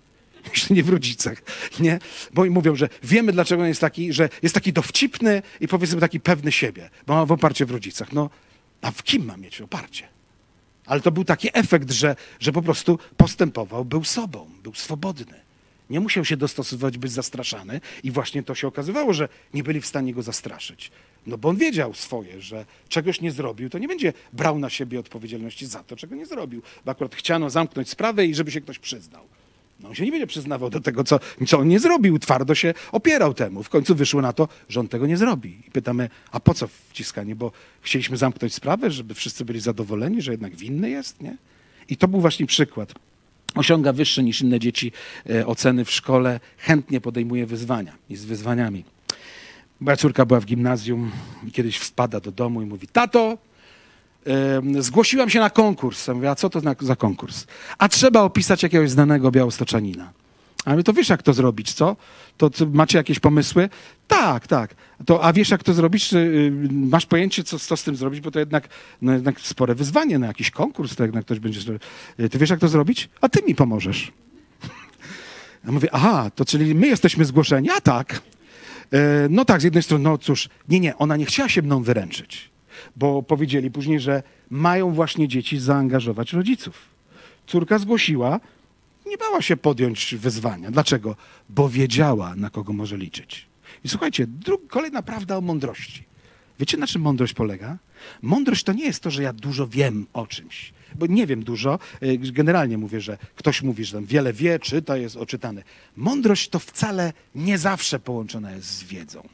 jeśli nie w rodzicach, nie? Bo i mówią, że wiemy, dlaczego on jest taki, że jest taki dowcipny i powiedzmy taki pewny siebie, bo ma w oparcie w rodzicach. No, a w kim ma mieć oparcie? Ale to był taki efekt, że po prostu postępował, był sobą, był swobodny. Nie musiał się dostosowywać, być zastraszany i właśnie to się okazywało, że nie byli w stanie go zastraszyć. No bo on wiedział swoje, że czegoś nie zrobił, to nie będzie brał na siebie odpowiedzialności za to, czego nie zrobił. Bo akurat chciano zamknąć sprawę i żeby się ktoś przyznał. No on się nie będzie przyznawał do tego, co on nie zrobił. Twardo się opierał temu. W końcu wyszło na to, że on tego nie zrobi. I pytamy, a po co wciskanie? Bo chcieliśmy zamknąć sprawę, żeby wszyscy byli zadowoleni, że jednak winny jest, nie? I to był właśnie przykład. Osiąga wyższe niż inne dzieci oceny w szkole, chętnie podejmuje wyzwania i z wyzwaniami. Moja córka była w gimnazjum i kiedyś wpada do domu i mówi, tato, zgłosiłam się na konkurs. Ja mówię, a co to za konkurs? A trzeba opisać jakiegoś znanego białostoczanina. A my to wiesz, jak to zrobić, co? To macie jakieś pomysły? Tak, tak. A wiesz, jak to zrobić? Masz pojęcie, co z tym zrobić? Bo to jednak spore wyzwanie na jakiś konkurs, to jednak ktoś będzie... Ty wiesz, jak to zrobić? A ty mi pomożesz. Ja mówię, aha, to czyli my jesteśmy zgłoszeni? A tak. No tak, z jednej strony, no cóż, nie, ona nie chciała się mną wyręczyć, bo powiedzieli później, że mają właśnie dzieci zaangażować rodziców. Córka zgłosiła, nie bała się podjąć wyzwania. Dlaczego? Bo wiedziała, na kogo może liczyć. I słuchajcie, kolejna prawda o mądrości. Wiecie, na czym mądrość polega? Mądrość to nie jest to, że ja dużo wiem o czymś, bo nie wiem dużo. Generalnie mówię, że ktoś mówi, że tam wiele wie, czyta, jest oczytany. Mądrość to wcale nie zawsze połączona jest z wiedzą.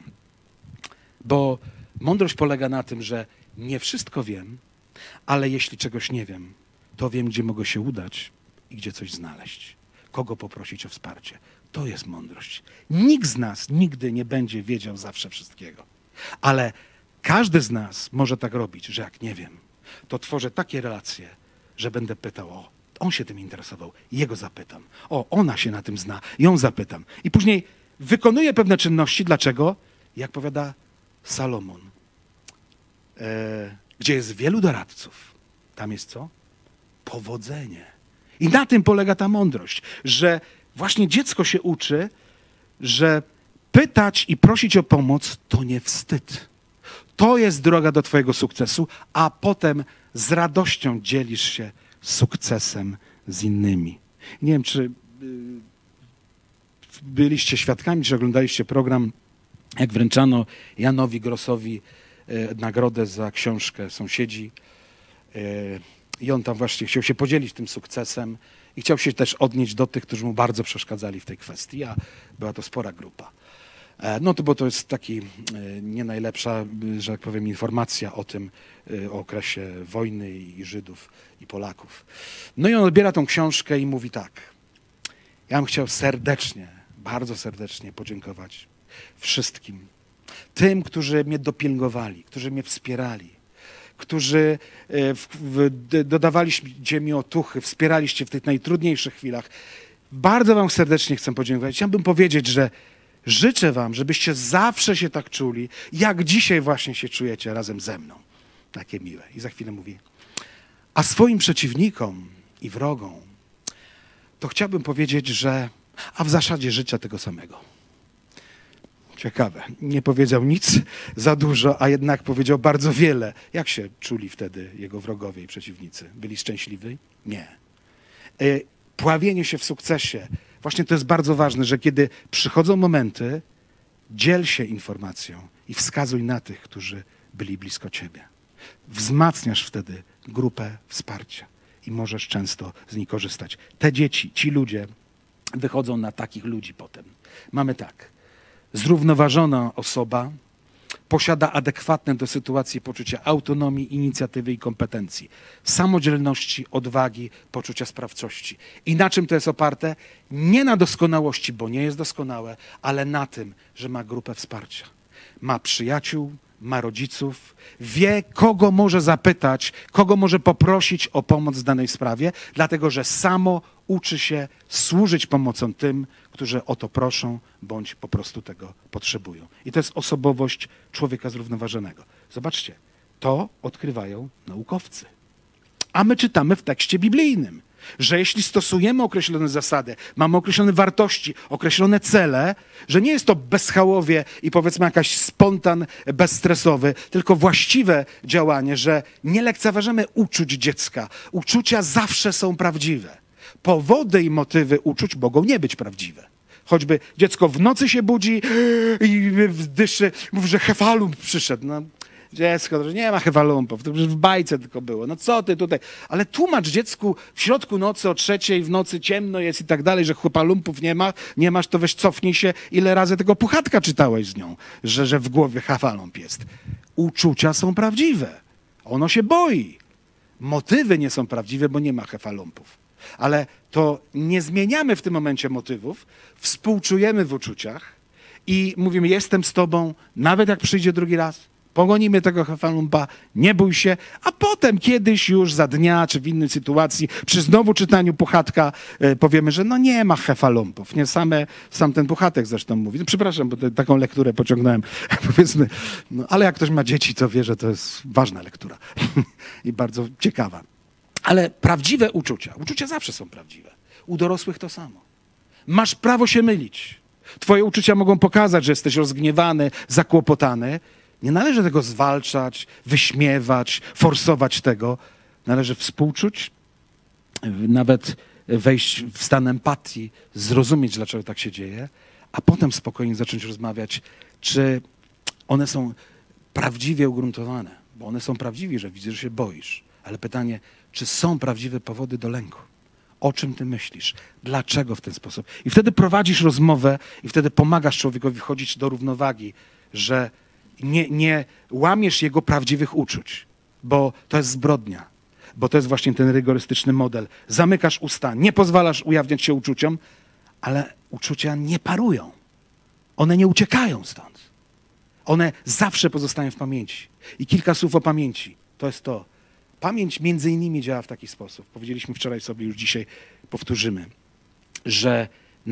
Bo mądrość polega na tym, że nie wszystko wiem, ale jeśli czegoś nie wiem, to wiem, gdzie mogę się udać i gdzie coś znaleźć. Kogo poprosić o wsparcie. To jest mądrość. Nikt z nas nigdy nie będzie wiedział zawsze wszystkiego. Ale każdy z nas może tak robić, że jak nie wiem, to tworzę takie relacje, że będę pytał, o, on się tym interesował, jego zapytam. O, ona się na tym zna, ją zapytam. I później wykonuję pewne czynności. Dlaczego? Jak powiada Salomon, gdzie jest wielu doradców, tam jest co? Powodzenie. I na tym polega ta mądrość, że właśnie dziecko się uczy, że pytać i prosić o pomoc to nie wstyd. To jest droga do twojego sukcesu, a potem z radością dzielisz się sukcesem z innymi. Nie wiem, czy byliście świadkami, czy oglądaliście program, jak wręczano Janowi Grossowi nagrodę za książkę Sąsiedzi. I on tam właśnie chciał się podzielić tym sukcesem i chciał się też odnieść do tych, którzy mu bardzo przeszkadzali w tej kwestii, a była to spora grupa. No to bo to jest taki nie najlepsza, że tak powiem, informacja o tym, o okresie wojny i Żydów i Polaków. No i on odbiera tą książkę i mówi tak. Ja bym chciał serdecznie, bardzo serdecznie podziękować wszystkim tym, którzy mnie dopilnowali, którzy mnie wspierali, którzy dodawaliście mi otuchy, wspieraliście w tych najtrudniejszych chwilach. Bardzo wam serdecznie chcę podziękować. Chciałbym powiedzieć, że życzę wam, żebyście zawsze się tak czuli, jak dzisiaj właśnie się czujecie razem ze mną. Takie miłe. I za chwilę mówi, a swoim przeciwnikom i wrogom to chciałbym powiedzieć, że a w zasadzie życzę tego samego. Ciekawe. Nie powiedział nic za dużo, a jednak powiedział bardzo wiele. Jak się czuli wtedy jego wrogowie i przeciwnicy? Byli szczęśliwi? Nie. Pławienie się w sukcesie. Właśnie to jest bardzo ważne, że kiedy przychodzą momenty, dziel się informacją i wskazuj na tych, którzy byli blisko ciebie. Wzmacniasz wtedy grupę wsparcia i możesz często z niej korzystać. Te dzieci, ci ludzie wychodzą na takich ludzi potem. Mamy tak. Zrównoważona osoba posiada adekwatne do sytuacji poczucia autonomii, inicjatywy i kompetencji, samodzielności, odwagi, poczucia sprawczości. I na czym to jest oparte? Nie na doskonałości, bo nie jest doskonałe, ale na tym, że ma grupę wsparcia. Ma przyjaciół, ma rodziców, wie, kogo może zapytać, kogo może poprosić o pomoc w danej sprawie, dlatego że samo uczy się służyć pomocą tym, którzy o to proszą, bądź po prostu tego potrzebują. I to jest osobowość człowieka zrównoważonego. Zobaczcie, to odkrywają naukowcy. A my czytamy w tekście biblijnym. Że jeśli stosujemy określone zasady, mamy określone wartości, określone cele, że nie jest to bezchałowie i powiedzmy jakaś spontan bezstresowy, tylko właściwe działanie, że nie lekceważymy uczuć dziecka. Uczucia zawsze są prawdziwe. Powody i motywy uczuć mogą nie być prawdziwe. Choćby dziecko w nocy się budzi i dyszy, mówi, że hefalump przyszedł. No, dziecko, że nie ma hefalumpów, to już w bajce tylko było. No co ty tutaj? Ale tłumacz dziecku w środku nocy o 3:00 w nocy ciemno jest i tak dalej, że hefalumpów nie masz, to weź cofnij się, ile razy tego Puchatka czytałeś z nią, że w głowie hefalump jest. Uczucia są prawdziwe. Ono się boi. Motywy nie są prawdziwe, bo nie ma hefalumpów. Ale to nie zmieniamy w tym momencie motywów, współczujemy w uczuciach i mówimy, jestem z tobą, nawet jak przyjdzie drugi raz, pogonimy tego hefalumpa, nie bój się, a potem kiedyś już za dnia, czy w innej sytuacji, przy znowu czytaniu Puchatka powiemy, że no nie ma hefalumpów, nie sam ten Puchatek zresztą mówi. No, przepraszam, bo taką lekturę pociągnąłem, powiedzmy, no, ale jak ktoś ma dzieci, to wie, że to jest ważna lektura i bardzo ciekawa. Ale prawdziwe uczucia zawsze są prawdziwe. U dorosłych to samo. Masz prawo się mylić. Twoje uczucia mogą pokazać, że jesteś rozgniewany, zakłopotany. Nie należy tego zwalczać, wyśmiewać, forsować tego. Należy współczuć, nawet wejść w stan empatii, zrozumieć, dlaczego tak się dzieje, a potem spokojnie zacząć rozmawiać, czy one są prawdziwie ugruntowane. Bo one są prawdziwe, że widzę, że się boisz. Ale pytanie, czy są prawdziwe powody do lęku? O czym ty myślisz? Dlaczego w ten sposób? I wtedy prowadzisz rozmowę i wtedy pomagasz człowiekowi wchodzić do równowagi, że nie łamiesz jego prawdziwych uczuć, bo to jest zbrodnia, bo to jest właśnie ten rygorystyczny model. Zamykasz usta, nie pozwalasz ujawniać się uczuciom, ale uczucia nie parują. One nie uciekają stąd. One zawsze pozostają w pamięci. I kilka słów o pamięci. To jest to. Pamięć między innymi działa w taki sposób. Powiedzieliśmy wczoraj sobie, już dzisiaj powtórzymy, że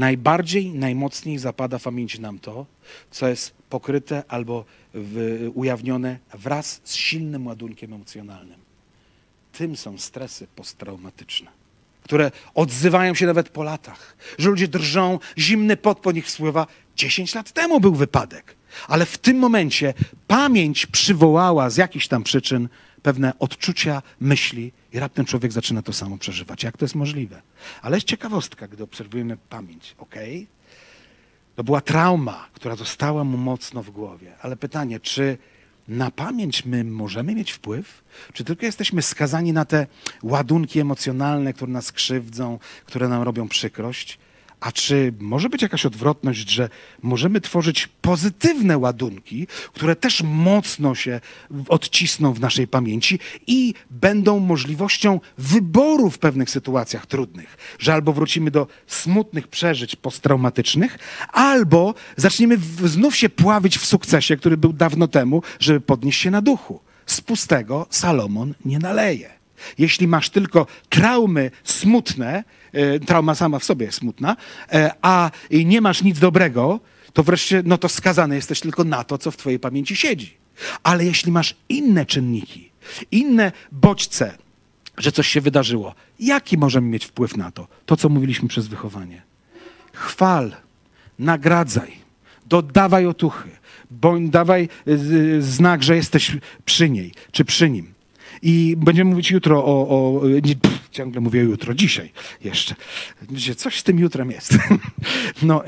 najmocniej zapada w pamięci nam to, co jest pokryte albo ujawnione wraz z silnym ładunkiem emocjonalnym. Tym są stresy posttraumatyczne, które odzywają się nawet po latach. Że ludzie drżą, zimny pot po nich spływa. 10 lat temu był wypadek, ale w tym momencie pamięć przywołała z jakichś tam przyczyn pewne odczucia, myśli i raptem człowiek zaczyna to samo przeżywać. Jak to jest możliwe? Ale jest ciekawostka, gdy obserwujemy pamięć. Okej? To była trauma, która została mu mocno w głowie. Ale pytanie, czy na pamięć my możemy mieć wpływ? Czy tylko jesteśmy skazani na te ładunki emocjonalne, które nas krzywdzą, które nam robią przykrość? A czy może być jakaś odwrotność, że możemy tworzyć pozytywne ładunki, które też mocno się odcisną w naszej pamięci i będą możliwością wyboru w pewnych sytuacjach trudnych, że albo wrócimy do smutnych przeżyć posttraumatycznych, albo zaczniemy znów się pławić w sukcesie, który był dawno temu, żeby podnieść się na duchu. Z pustego Salomon nie naleje. Jeśli masz tylko traumy smutne, trauma sama w sobie jest smutna, a nie masz nic dobrego, to wreszcie no to skazany jesteś tylko na to, co w twojej pamięci siedzi. Ale jeśli masz inne czynniki, inne bodźce, że coś się wydarzyło, jaki możemy mieć wpływ na to? To, co mówiliśmy przez wychowanie. Chwal, nagradzaj, dodawaj otuchy, bądź dawaj znak, że jesteś przy niej czy przy nim. I będziemy mówić jutro ciągle mówię jutro, dzisiaj jeszcze. Coś z tym jutrem jest. No,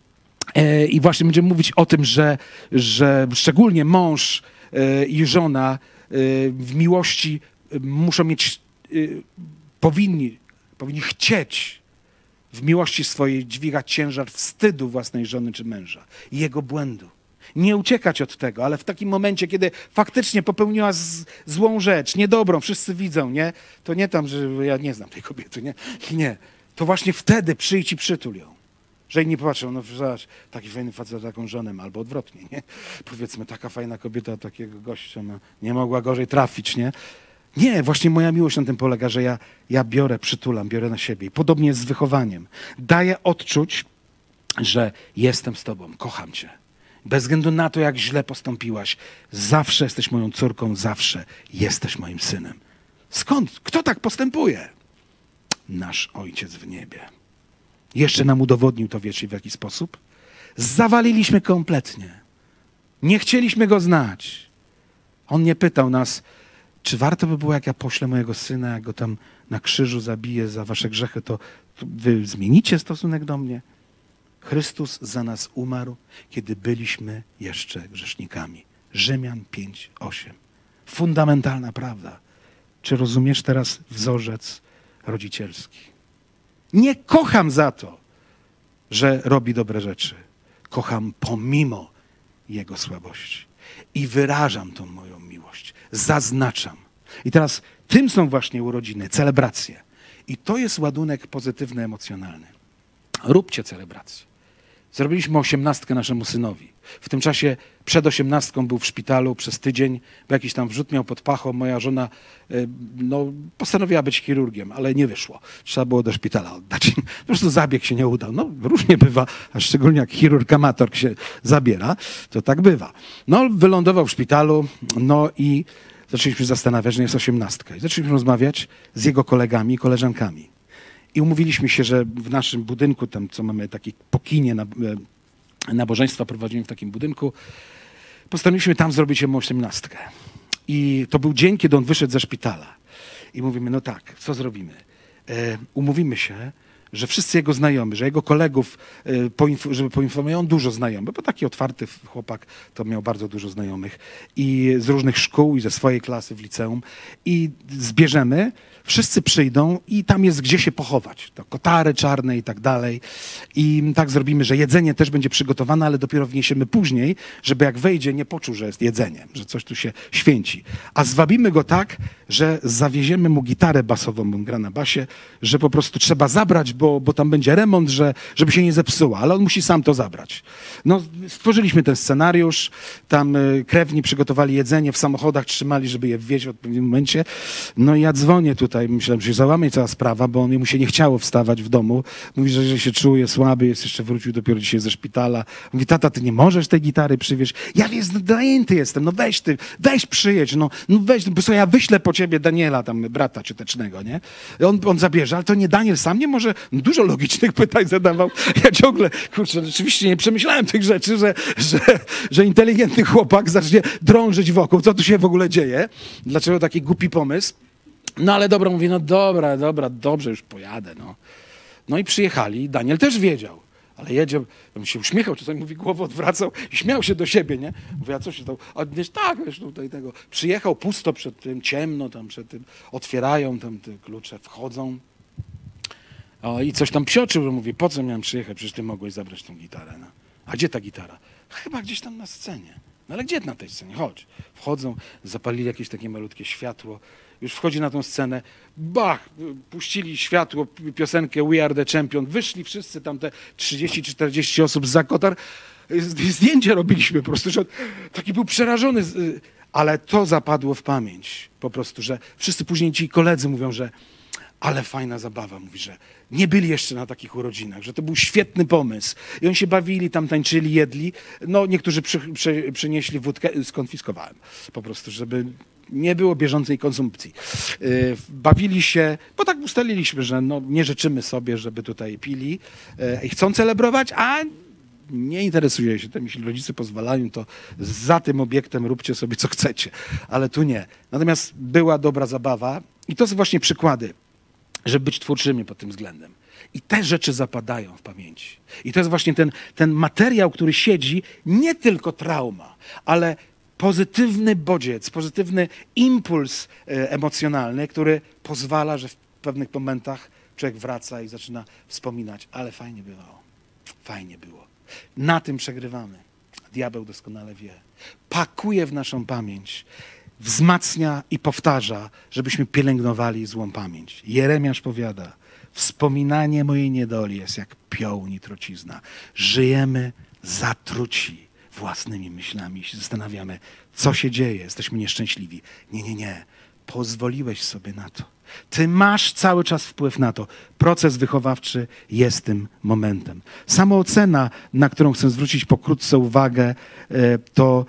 i właśnie będziemy mówić o tym, że szczególnie mąż i żona w miłości muszą mieć, powinni chcieć w miłości swojej dźwigać ciężar wstydu własnej żony czy męża i jego błędu. Nie uciekać od tego, ale w takim momencie, kiedy faktycznie popełniła złą rzecz, niedobrą, wszyscy widzą, nie? To nie tam, że ja nie znam tej kobiety, nie? Nie. To właśnie wtedy przyjdź i przytul ją. Że inni popatrzą, no zobacz, taki fajny facet, taką żonę ma, albo odwrotnie, nie? Powiedzmy, taka fajna kobieta, takiego gościa ma, nie mogła gorzej trafić, nie? Nie, właśnie moja miłość na tym polega, że ja biorę, przytulam, biorę na siebie. I podobnie jest z wychowaniem. Daję odczuć, że jestem z tobą, kocham cię. Bez względu na to, jak źle postąpiłaś, zawsze jesteś moją córką, zawsze jesteś moim synem. Skąd? Kto tak postępuje? nasz Ojciec w niebie. Jeszcze nam udowodnił to, wiecie w jaki sposób? Zawaliliśmy kompletnie. Nie chcieliśmy Go znać. On nie pytał nas, czy warto by było, jak ja poślę mojego syna, jak go tam na krzyżu zabiję za wasze grzechy, to wy zmienicie stosunek do mnie? Chrystus za nas umarł, kiedy byliśmy jeszcze grzesznikami. Rzymian 5:8. Fundamentalna prawda. Czy rozumiesz teraz wzorzec rodzicielski? Nie kocham za to, że robi dobre rzeczy. Kocham pomimo jego słabości. I wyrażam tą moją miłość. Zaznaczam. I teraz tym są właśnie urodziny, celebracje. I to jest ładunek pozytywny, emocjonalny. Róbcie celebrację. Zrobiliśmy 18 naszemu synowi. W tym czasie przed 18 był w szpitalu przez tydzień, bo jakiś tam wrzód miał pod pachą. Moja żona postanowiła być chirurgiem, ale nie wyszło. Trzeba było do szpitala oddać. Po prostu zabieg się nie udał. No różnie bywa, a szczególnie jak chirurg amator się zabiera, to tak bywa. No wylądował w szpitalu, no i zaczęliśmy zastanawiać, że jest 18. I zaczęliśmy rozmawiać z jego kolegami i koleżankami. I umówiliśmy się, że w naszym budynku, tam co mamy taki po kinie, nabożeństwa prowadzimy w takim budynku, postanowiliśmy tam zrobić jemu 18. I to był dzień, kiedy on wyszedł ze szpitala. I mówimy, no tak, co zrobimy? Umówimy się, że wszyscy jego znajomi, że jego kolegów, żeby poinformować, on dużo znajomych, bo taki otwarty chłopak, to miał bardzo dużo znajomych i z różnych szkół i ze swojej klasy w liceum i zbierzemy, wszyscy przyjdą i tam jest gdzie się pochować. To kotary czarne i tak dalej. I tak zrobimy, że jedzenie też będzie przygotowane, ale dopiero wniesiemy później, żeby jak wejdzie, nie poczuł, że jest jedzenie, że coś tu się święci. A zwabimy go tak, że zawieziemy mu gitarę basową, bo on gra na basie, że po prostu trzeba zabrać, bo tam będzie remont, żeby się nie zepsuła, ale on musi sam to zabrać. No, stworzyliśmy ten scenariusz, tam krewni przygotowali jedzenie, w samochodach trzymali, żeby je wwieźć w odpowiednim momencie. No i ja dzwonię tutaj, myślałem, że się załamie cała sprawa, bo mu się nie chciało wstawać w domu. Mówi, że się czuje słaby, jeszcze wrócił dopiero dzisiaj ze szpitala. Mówi, tata, ty nie możesz tej gitary przywieźć? Ja zajęty jestem, no weź przyjedź, no weź, bo ja wyślę po ciebie Daniela, tam brata ciotecznego, nie? On zabierze, ale to nie Daniel sam nie może? Dużo logicznych pytań zadawał. Ja ciągle, kurczę, rzeczywiście nie przemyślałem tych rzeczy, że inteligentny chłopak zacznie drążyć wokół. Co tu się w ogóle dzieje? Dlaczego taki głupi pomysł? No ale dobra, mówię, no dobra, dobrze, już pojadę, no. No i przyjechali, Daniel też wiedział, ale jedzie, on się uśmiechał, czasami mówi, głowę odwracał i śmiał się do siebie, nie? Mówię, a co się stało? A wiesz, tak, wiesz, tutaj tego. Przyjechał pusto przed tym, ciemno tam przed tym, otwierają tam te klucze, wchodzą. O, i coś tam psioczył, że mówi, po co miałem przyjechać, przecież ty mogłeś zabrać tą gitarę, no. A gdzie ta gitara? Chyba gdzieś tam na scenie. No ale gdzie na tej scenie? Chodź. Wchodzą, zapalili jakieś takie malutkie światło. Już wchodzi na tą scenę, bach, puścili światło, piosenkę We Are The Champion, wyszli wszyscy tam te 30-40 osób za kotar, zdjęcie robiliśmy po prostu, że taki był przerażony, ale to zapadło w pamięć po prostu, że wszyscy później ci koledzy mówią, że ale fajna zabawa, mówi, że nie byli jeszcze na takich urodzinach, że to był świetny pomysł. I oni się bawili, tam tańczyli, jedli. No niektórzy przynieśli wódkę, skonfiskowałem po prostu, żeby nie było bieżącej konsumpcji. Bawili się, bo tak ustaliliśmy, że no, nie życzymy sobie, żeby tutaj pili i chcą celebrować, a nie interesuje się tym. Jeśli rodzice pozwalają, to za tym obiektem róbcie sobie co chcecie, ale tu nie. Natomiast była dobra zabawa i to są właśnie przykłady, żeby być twórczymi pod tym względem. I te rzeczy zapadają w pamięci. I to jest właśnie ten materiał, który siedzi, nie tylko trauma, ale pozytywny bodziec, pozytywny impuls emocjonalny, który pozwala, że w pewnych momentach człowiek wraca i zaczyna wspominać, ale fajnie bywało, fajnie było. Na tym przegrywamy. Diabeł doskonale wie. Pakuje w naszą pamięć, wzmacnia i powtarza, żebyśmy pielęgnowali złą pamięć. Jeremiasz powiada, wspominanie mojej niedoli jest jak pioł nitrocizna. Żyjemy zatruci własnymi myślami. Się zastanawiamy, co się dzieje, jesteśmy nieszczęśliwi. Nie. pozwoliłeś sobie na to. Ty masz cały czas wpływ na to. Proces wychowawczy jest tym momentem. Samoocena, na którą chcę zwrócić pokrótce uwagę, to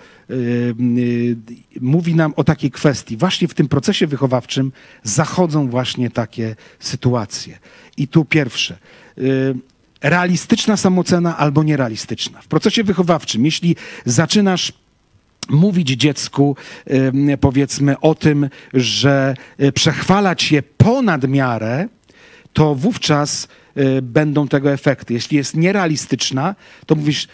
mówi nam o takiej kwestii. Właśnie w tym procesie wychowawczym zachodzą właśnie takie sytuacje. I tu pierwsze. Realistyczna samoocena albo nierealistyczna. W procesie wychowawczym, jeśli zaczynasz mówić dziecku, powiedzmy, o tym, że przechwalać je ponad miarę, to wówczas będą tego efekty. Jeśli jest nierealistyczna, to mówisz,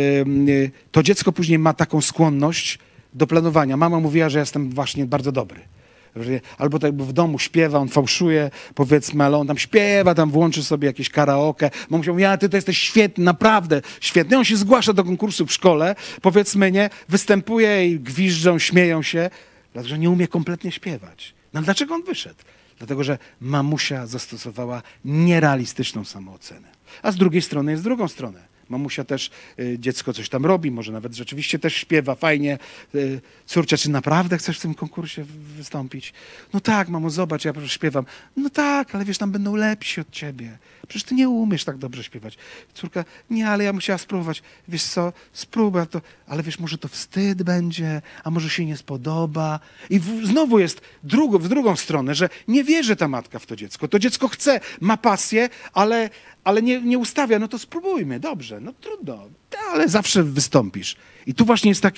to dziecko później ma taką skłonność do planowania. Mama mówiła, że jestem właśnie bardzo dobry. Albo tak jakby w domu śpiewa, on fałszuje, powiedzmy, ale on tam śpiewa, tam włączy sobie jakieś karaoke. Mama mówi, ty to jesteś świetny, naprawdę świetny. On się zgłasza do konkursu w szkole, powiedzmy, nie, występuje i gwiżdżą, śmieją się, dlatego że nie umie kompletnie śpiewać. No dlaczego on wyszedł? Dlatego, że mamusia zastosowała nierealistyczną samoocenę. A z drugiej strony jest drugą stronę. Mamusia też, dziecko coś tam robi, może nawet rzeczywiście też śpiewa fajnie. Córcia, czy naprawdę chcesz w tym konkursie wystąpić? No tak, mamo, zobacz, ja śpiewam. No tak, ale wiesz, tam będą lepsi od ciebie. Przecież ty nie umiesz tak dobrze śpiewać. Córka, nie, ale ja musiała spróbować. Wiesz co, spróbuj, ale wiesz, może to wstyd będzie, a może się nie spodoba. I znowu jest w drugą stronę, że nie wierzy ta matka w to dziecko. To dziecko chce, ma pasję, ale nie ustawia, no to spróbujmy, dobrze, no trudno, ale zawsze wystąpisz. I tu właśnie jest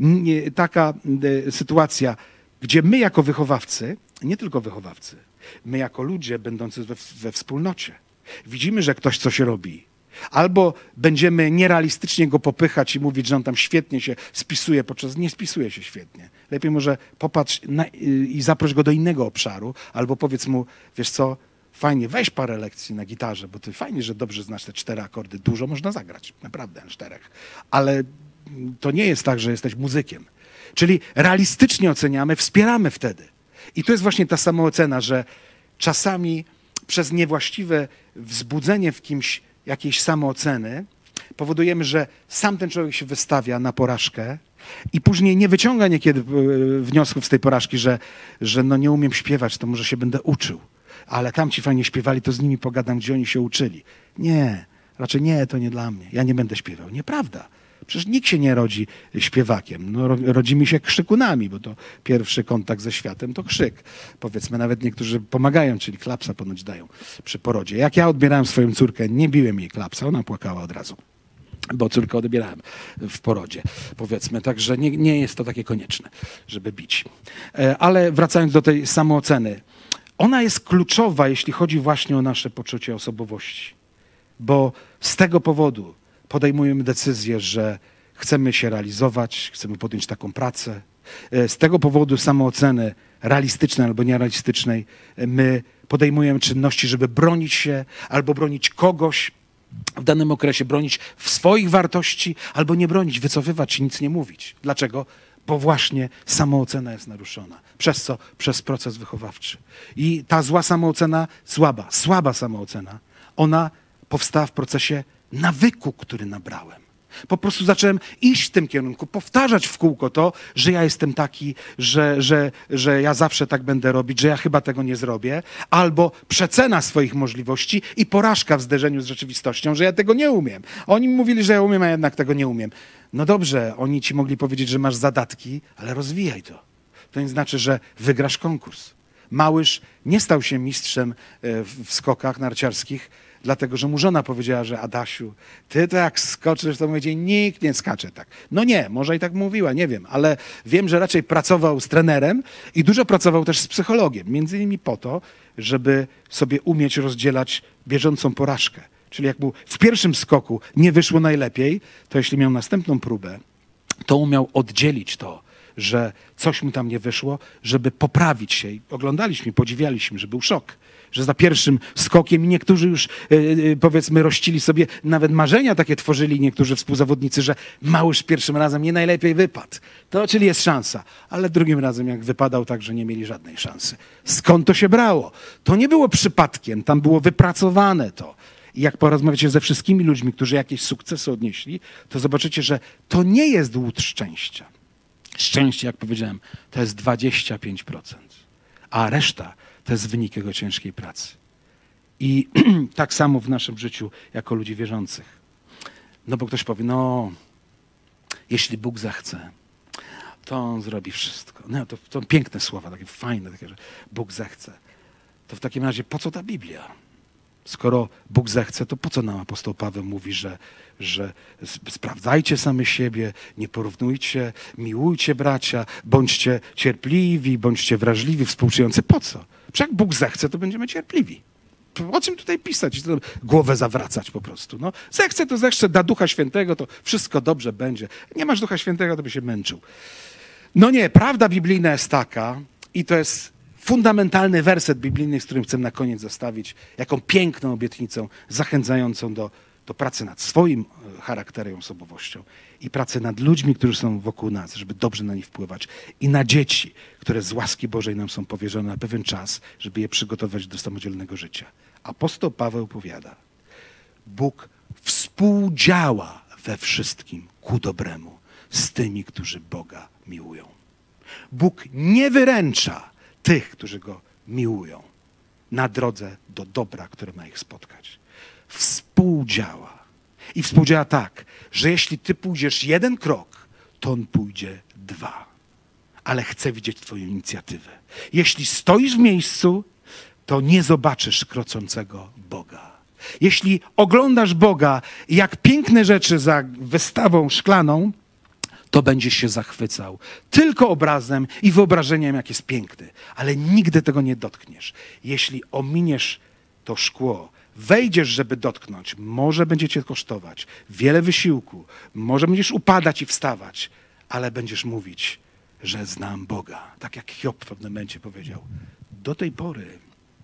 taka sytuacja, gdzie my jako wychowawcy, nie tylko wychowawcy, my jako ludzie będący we wspólnocie, widzimy, że ktoś coś robi. Albo będziemy nierealistycznie go popychać i mówić, że on tam świetnie się spisuje, podczas nie spisuje się świetnie. Lepiej może popatrz i zaproś go do innego obszaru, albo powiedz mu, wiesz co, fajnie, weź parę lekcji na gitarze, bo ty fajnie, że dobrze znasz te 4 akordy. Dużo można zagrać, naprawdę, 4. Ale to nie jest tak, że jesteś muzykiem. Czyli realistycznie oceniamy, wspieramy wtedy. I to jest właśnie ta samoocena, że czasami przez niewłaściwe wzbudzenie w kimś jakiejś samooceny powodujemy, że sam ten człowiek się wystawia na porażkę i później nie wyciąga niekiedy wniosków z tej porażki, że no nie umiem śpiewać, to może się będę uczył. Ale tamci fajnie śpiewali, to z nimi pogadam, gdzie oni się uczyli. Nie, raczej nie, to nie dla mnie. Ja nie będę śpiewał. Nieprawda. Przecież nikt się nie rodzi śpiewakiem. No, rodzimy się krzykunami, bo to pierwszy kontakt ze światem to krzyk. Powiedzmy, nawet niektórzy pomagają, czyli klapsa ponoć dają przy porodzie. Jak ja odbierałem swoją córkę, nie biłem jej klapsa, ona płakała od razu, bo córkę odbierałem w porodzie, powiedzmy. Także nie jest to takie konieczne, żeby bić. Ale wracając do tej samooceny. Ona jest kluczowa, jeśli chodzi właśnie o nasze poczucie osobowości. Bo z tego powodu podejmujemy decyzję, że chcemy się realizować, chcemy podjąć taką pracę. Z tego powodu samooceny realistycznej albo nierealistycznej my podejmujemy czynności, żeby bronić się albo bronić kogoś w danym okresie, bronić swoich wartości albo nie bronić, wycofywać się, nic nie mówić. Dlaczego? Bo właśnie samoocena jest naruszona. Przez co? Przez proces wychowawczy. I ta zła samoocena, słaba samoocena, ona powstała w procesie nawyku, który nabrałem. Po prostu zacząłem iść w tym kierunku, powtarzać w kółko to, że ja jestem taki, że ja zawsze tak będę robić, że ja chyba tego nie zrobię, albo przecena swoich możliwości i porażka w zderzeniu z rzeczywistością, że ja tego nie umiem. Oni mi mówili, że ja umiem, a jednak tego nie umiem. No dobrze, oni ci mogli powiedzieć, że masz zadatki, ale rozwijaj to. To nie znaczy, że wygrasz konkurs. Małysz nie stał się mistrzem w skokach narciarskich, dlatego że mu żona powiedziała, że Adasiu, ty to jak skoczysz, to mówię, nikt nie skacze tak. No nie, może i tak mówiła, nie wiem, ale wiem, że raczej pracował z trenerem i dużo pracował też z psychologiem. Między innymi po to, żeby sobie umieć rozdzielać bieżącą porażkę. Czyli jak mu w pierwszym skoku nie wyszło najlepiej, to jeśli miał następną próbę, to umiał oddzielić to, że coś mu tam nie wyszło, żeby poprawić się. I oglądaliśmy, podziwialiśmy, że był szok. Że za pierwszym skokiem niektórzy już, powiedzmy, rościli sobie, nawet marzenia takie tworzyli niektórzy współzawodnicy, że Małysz pierwszym razem nie najlepiej wypadł. To czyli jest szansa. Ale drugim razem jak wypadał, tak, że nie mieli żadnej szansy. Skąd to się brało? To nie było przypadkiem, tam było wypracowane to. I jak porozmawiacie ze wszystkimi ludźmi, którzy jakieś sukcesy odnieśli, to zobaczycie, że to nie jest łód szczęścia. Szczęście, jak powiedziałem, to jest 25%. a reszta to jest wynik Jego ciężkiej pracy. I tak samo w naszym życiu jako ludzi wierzących. No bo ktoś powie, no jeśli Bóg zechce, to On zrobi wszystko. No to piękne słowa, takie fajne, takie, że Bóg zechce. To w takim razie po co ta Biblia? Skoro Bóg zechce, to po co nam apostoł Paweł mówi, że sprawdzajcie same siebie, nie porównujcie, miłujcie bracia, bądźcie cierpliwi, bądźcie wrażliwi, współczujący. Po co? Przecież jak Bóg zechce, to będziemy cierpliwi. O czym tutaj pisać? Głowę zawracać po prostu. No, zechce to zechce, da Ducha Świętego, to wszystko dobrze będzie. Nie masz Ducha Świętego, to by się męczył. No nie, prawda biblijna jest taka i to jest fundamentalny werset biblijny, z którym chcę na koniec zostawić, jaką piękną obietnicą zachęcającą do pracy nad swoim charakterem, osobowością i pracy nad ludźmi, którzy są wokół nas, żeby dobrze na nich wpływać i na dzieci, które z łaski Bożej nam są powierzone na pewien czas, żeby je przygotować do samodzielnego życia. Apostoł Paweł powiada, Bóg współdziała we wszystkim ku dobremu z tymi, którzy Boga miłują. Bóg nie wyręcza tych, którzy Go miłują na drodze do dobra, które ma ich spotkać. Współdziała. I współdziała tak, że jeśli ty pójdziesz jeden krok, to On pójdzie 2. Ale chce widzieć twoją inicjatywę. Jeśli stoisz w miejscu, to nie zobaczysz kroczącego Boga. Jeśli oglądasz Boga jak piękne rzeczy za wystawą szklaną, to będziesz się zachwycał tylko obrazem i wyobrażeniem, jak jest piękny. Ale nigdy tego nie dotkniesz. Jeśli ominiesz to szkło, wejdziesz, żeby dotknąć, może będzie cię kosztować wiele wysiłku, może będziesz upadać i wstawać, ale będziesz mówić, że znam Boga. Tak jak Hiob w pewnym momencie powiedział. Do tej pory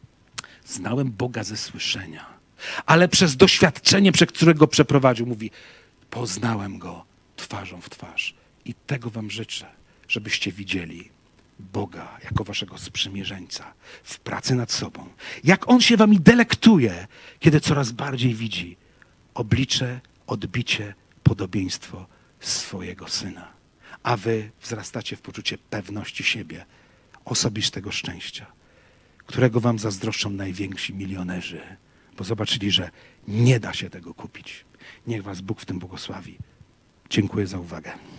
znałem Boga ze słyszenia, ale przez doświadczenie, przez którego przeprowadził, mówi, poznałem Go twarzą w twarz. I tego wam życzę, żebyście widzieli Boga jako waszego sprzymierzeńca w pracy nad sobą. Jak On się wami delektuje, kiedy coraz bardziej widzi oblicze, odbicie, podobieństwo swojego Syna. A wy wzrastacie w poczucie pewności siebie, osobistego szczęścia, którego wam zazdroszczą najwięksi milionerzy, bo zobaczyli, że nie da się tego kupić. Niech was Bóg w tym błogosławi. Dziękuję za uwagę.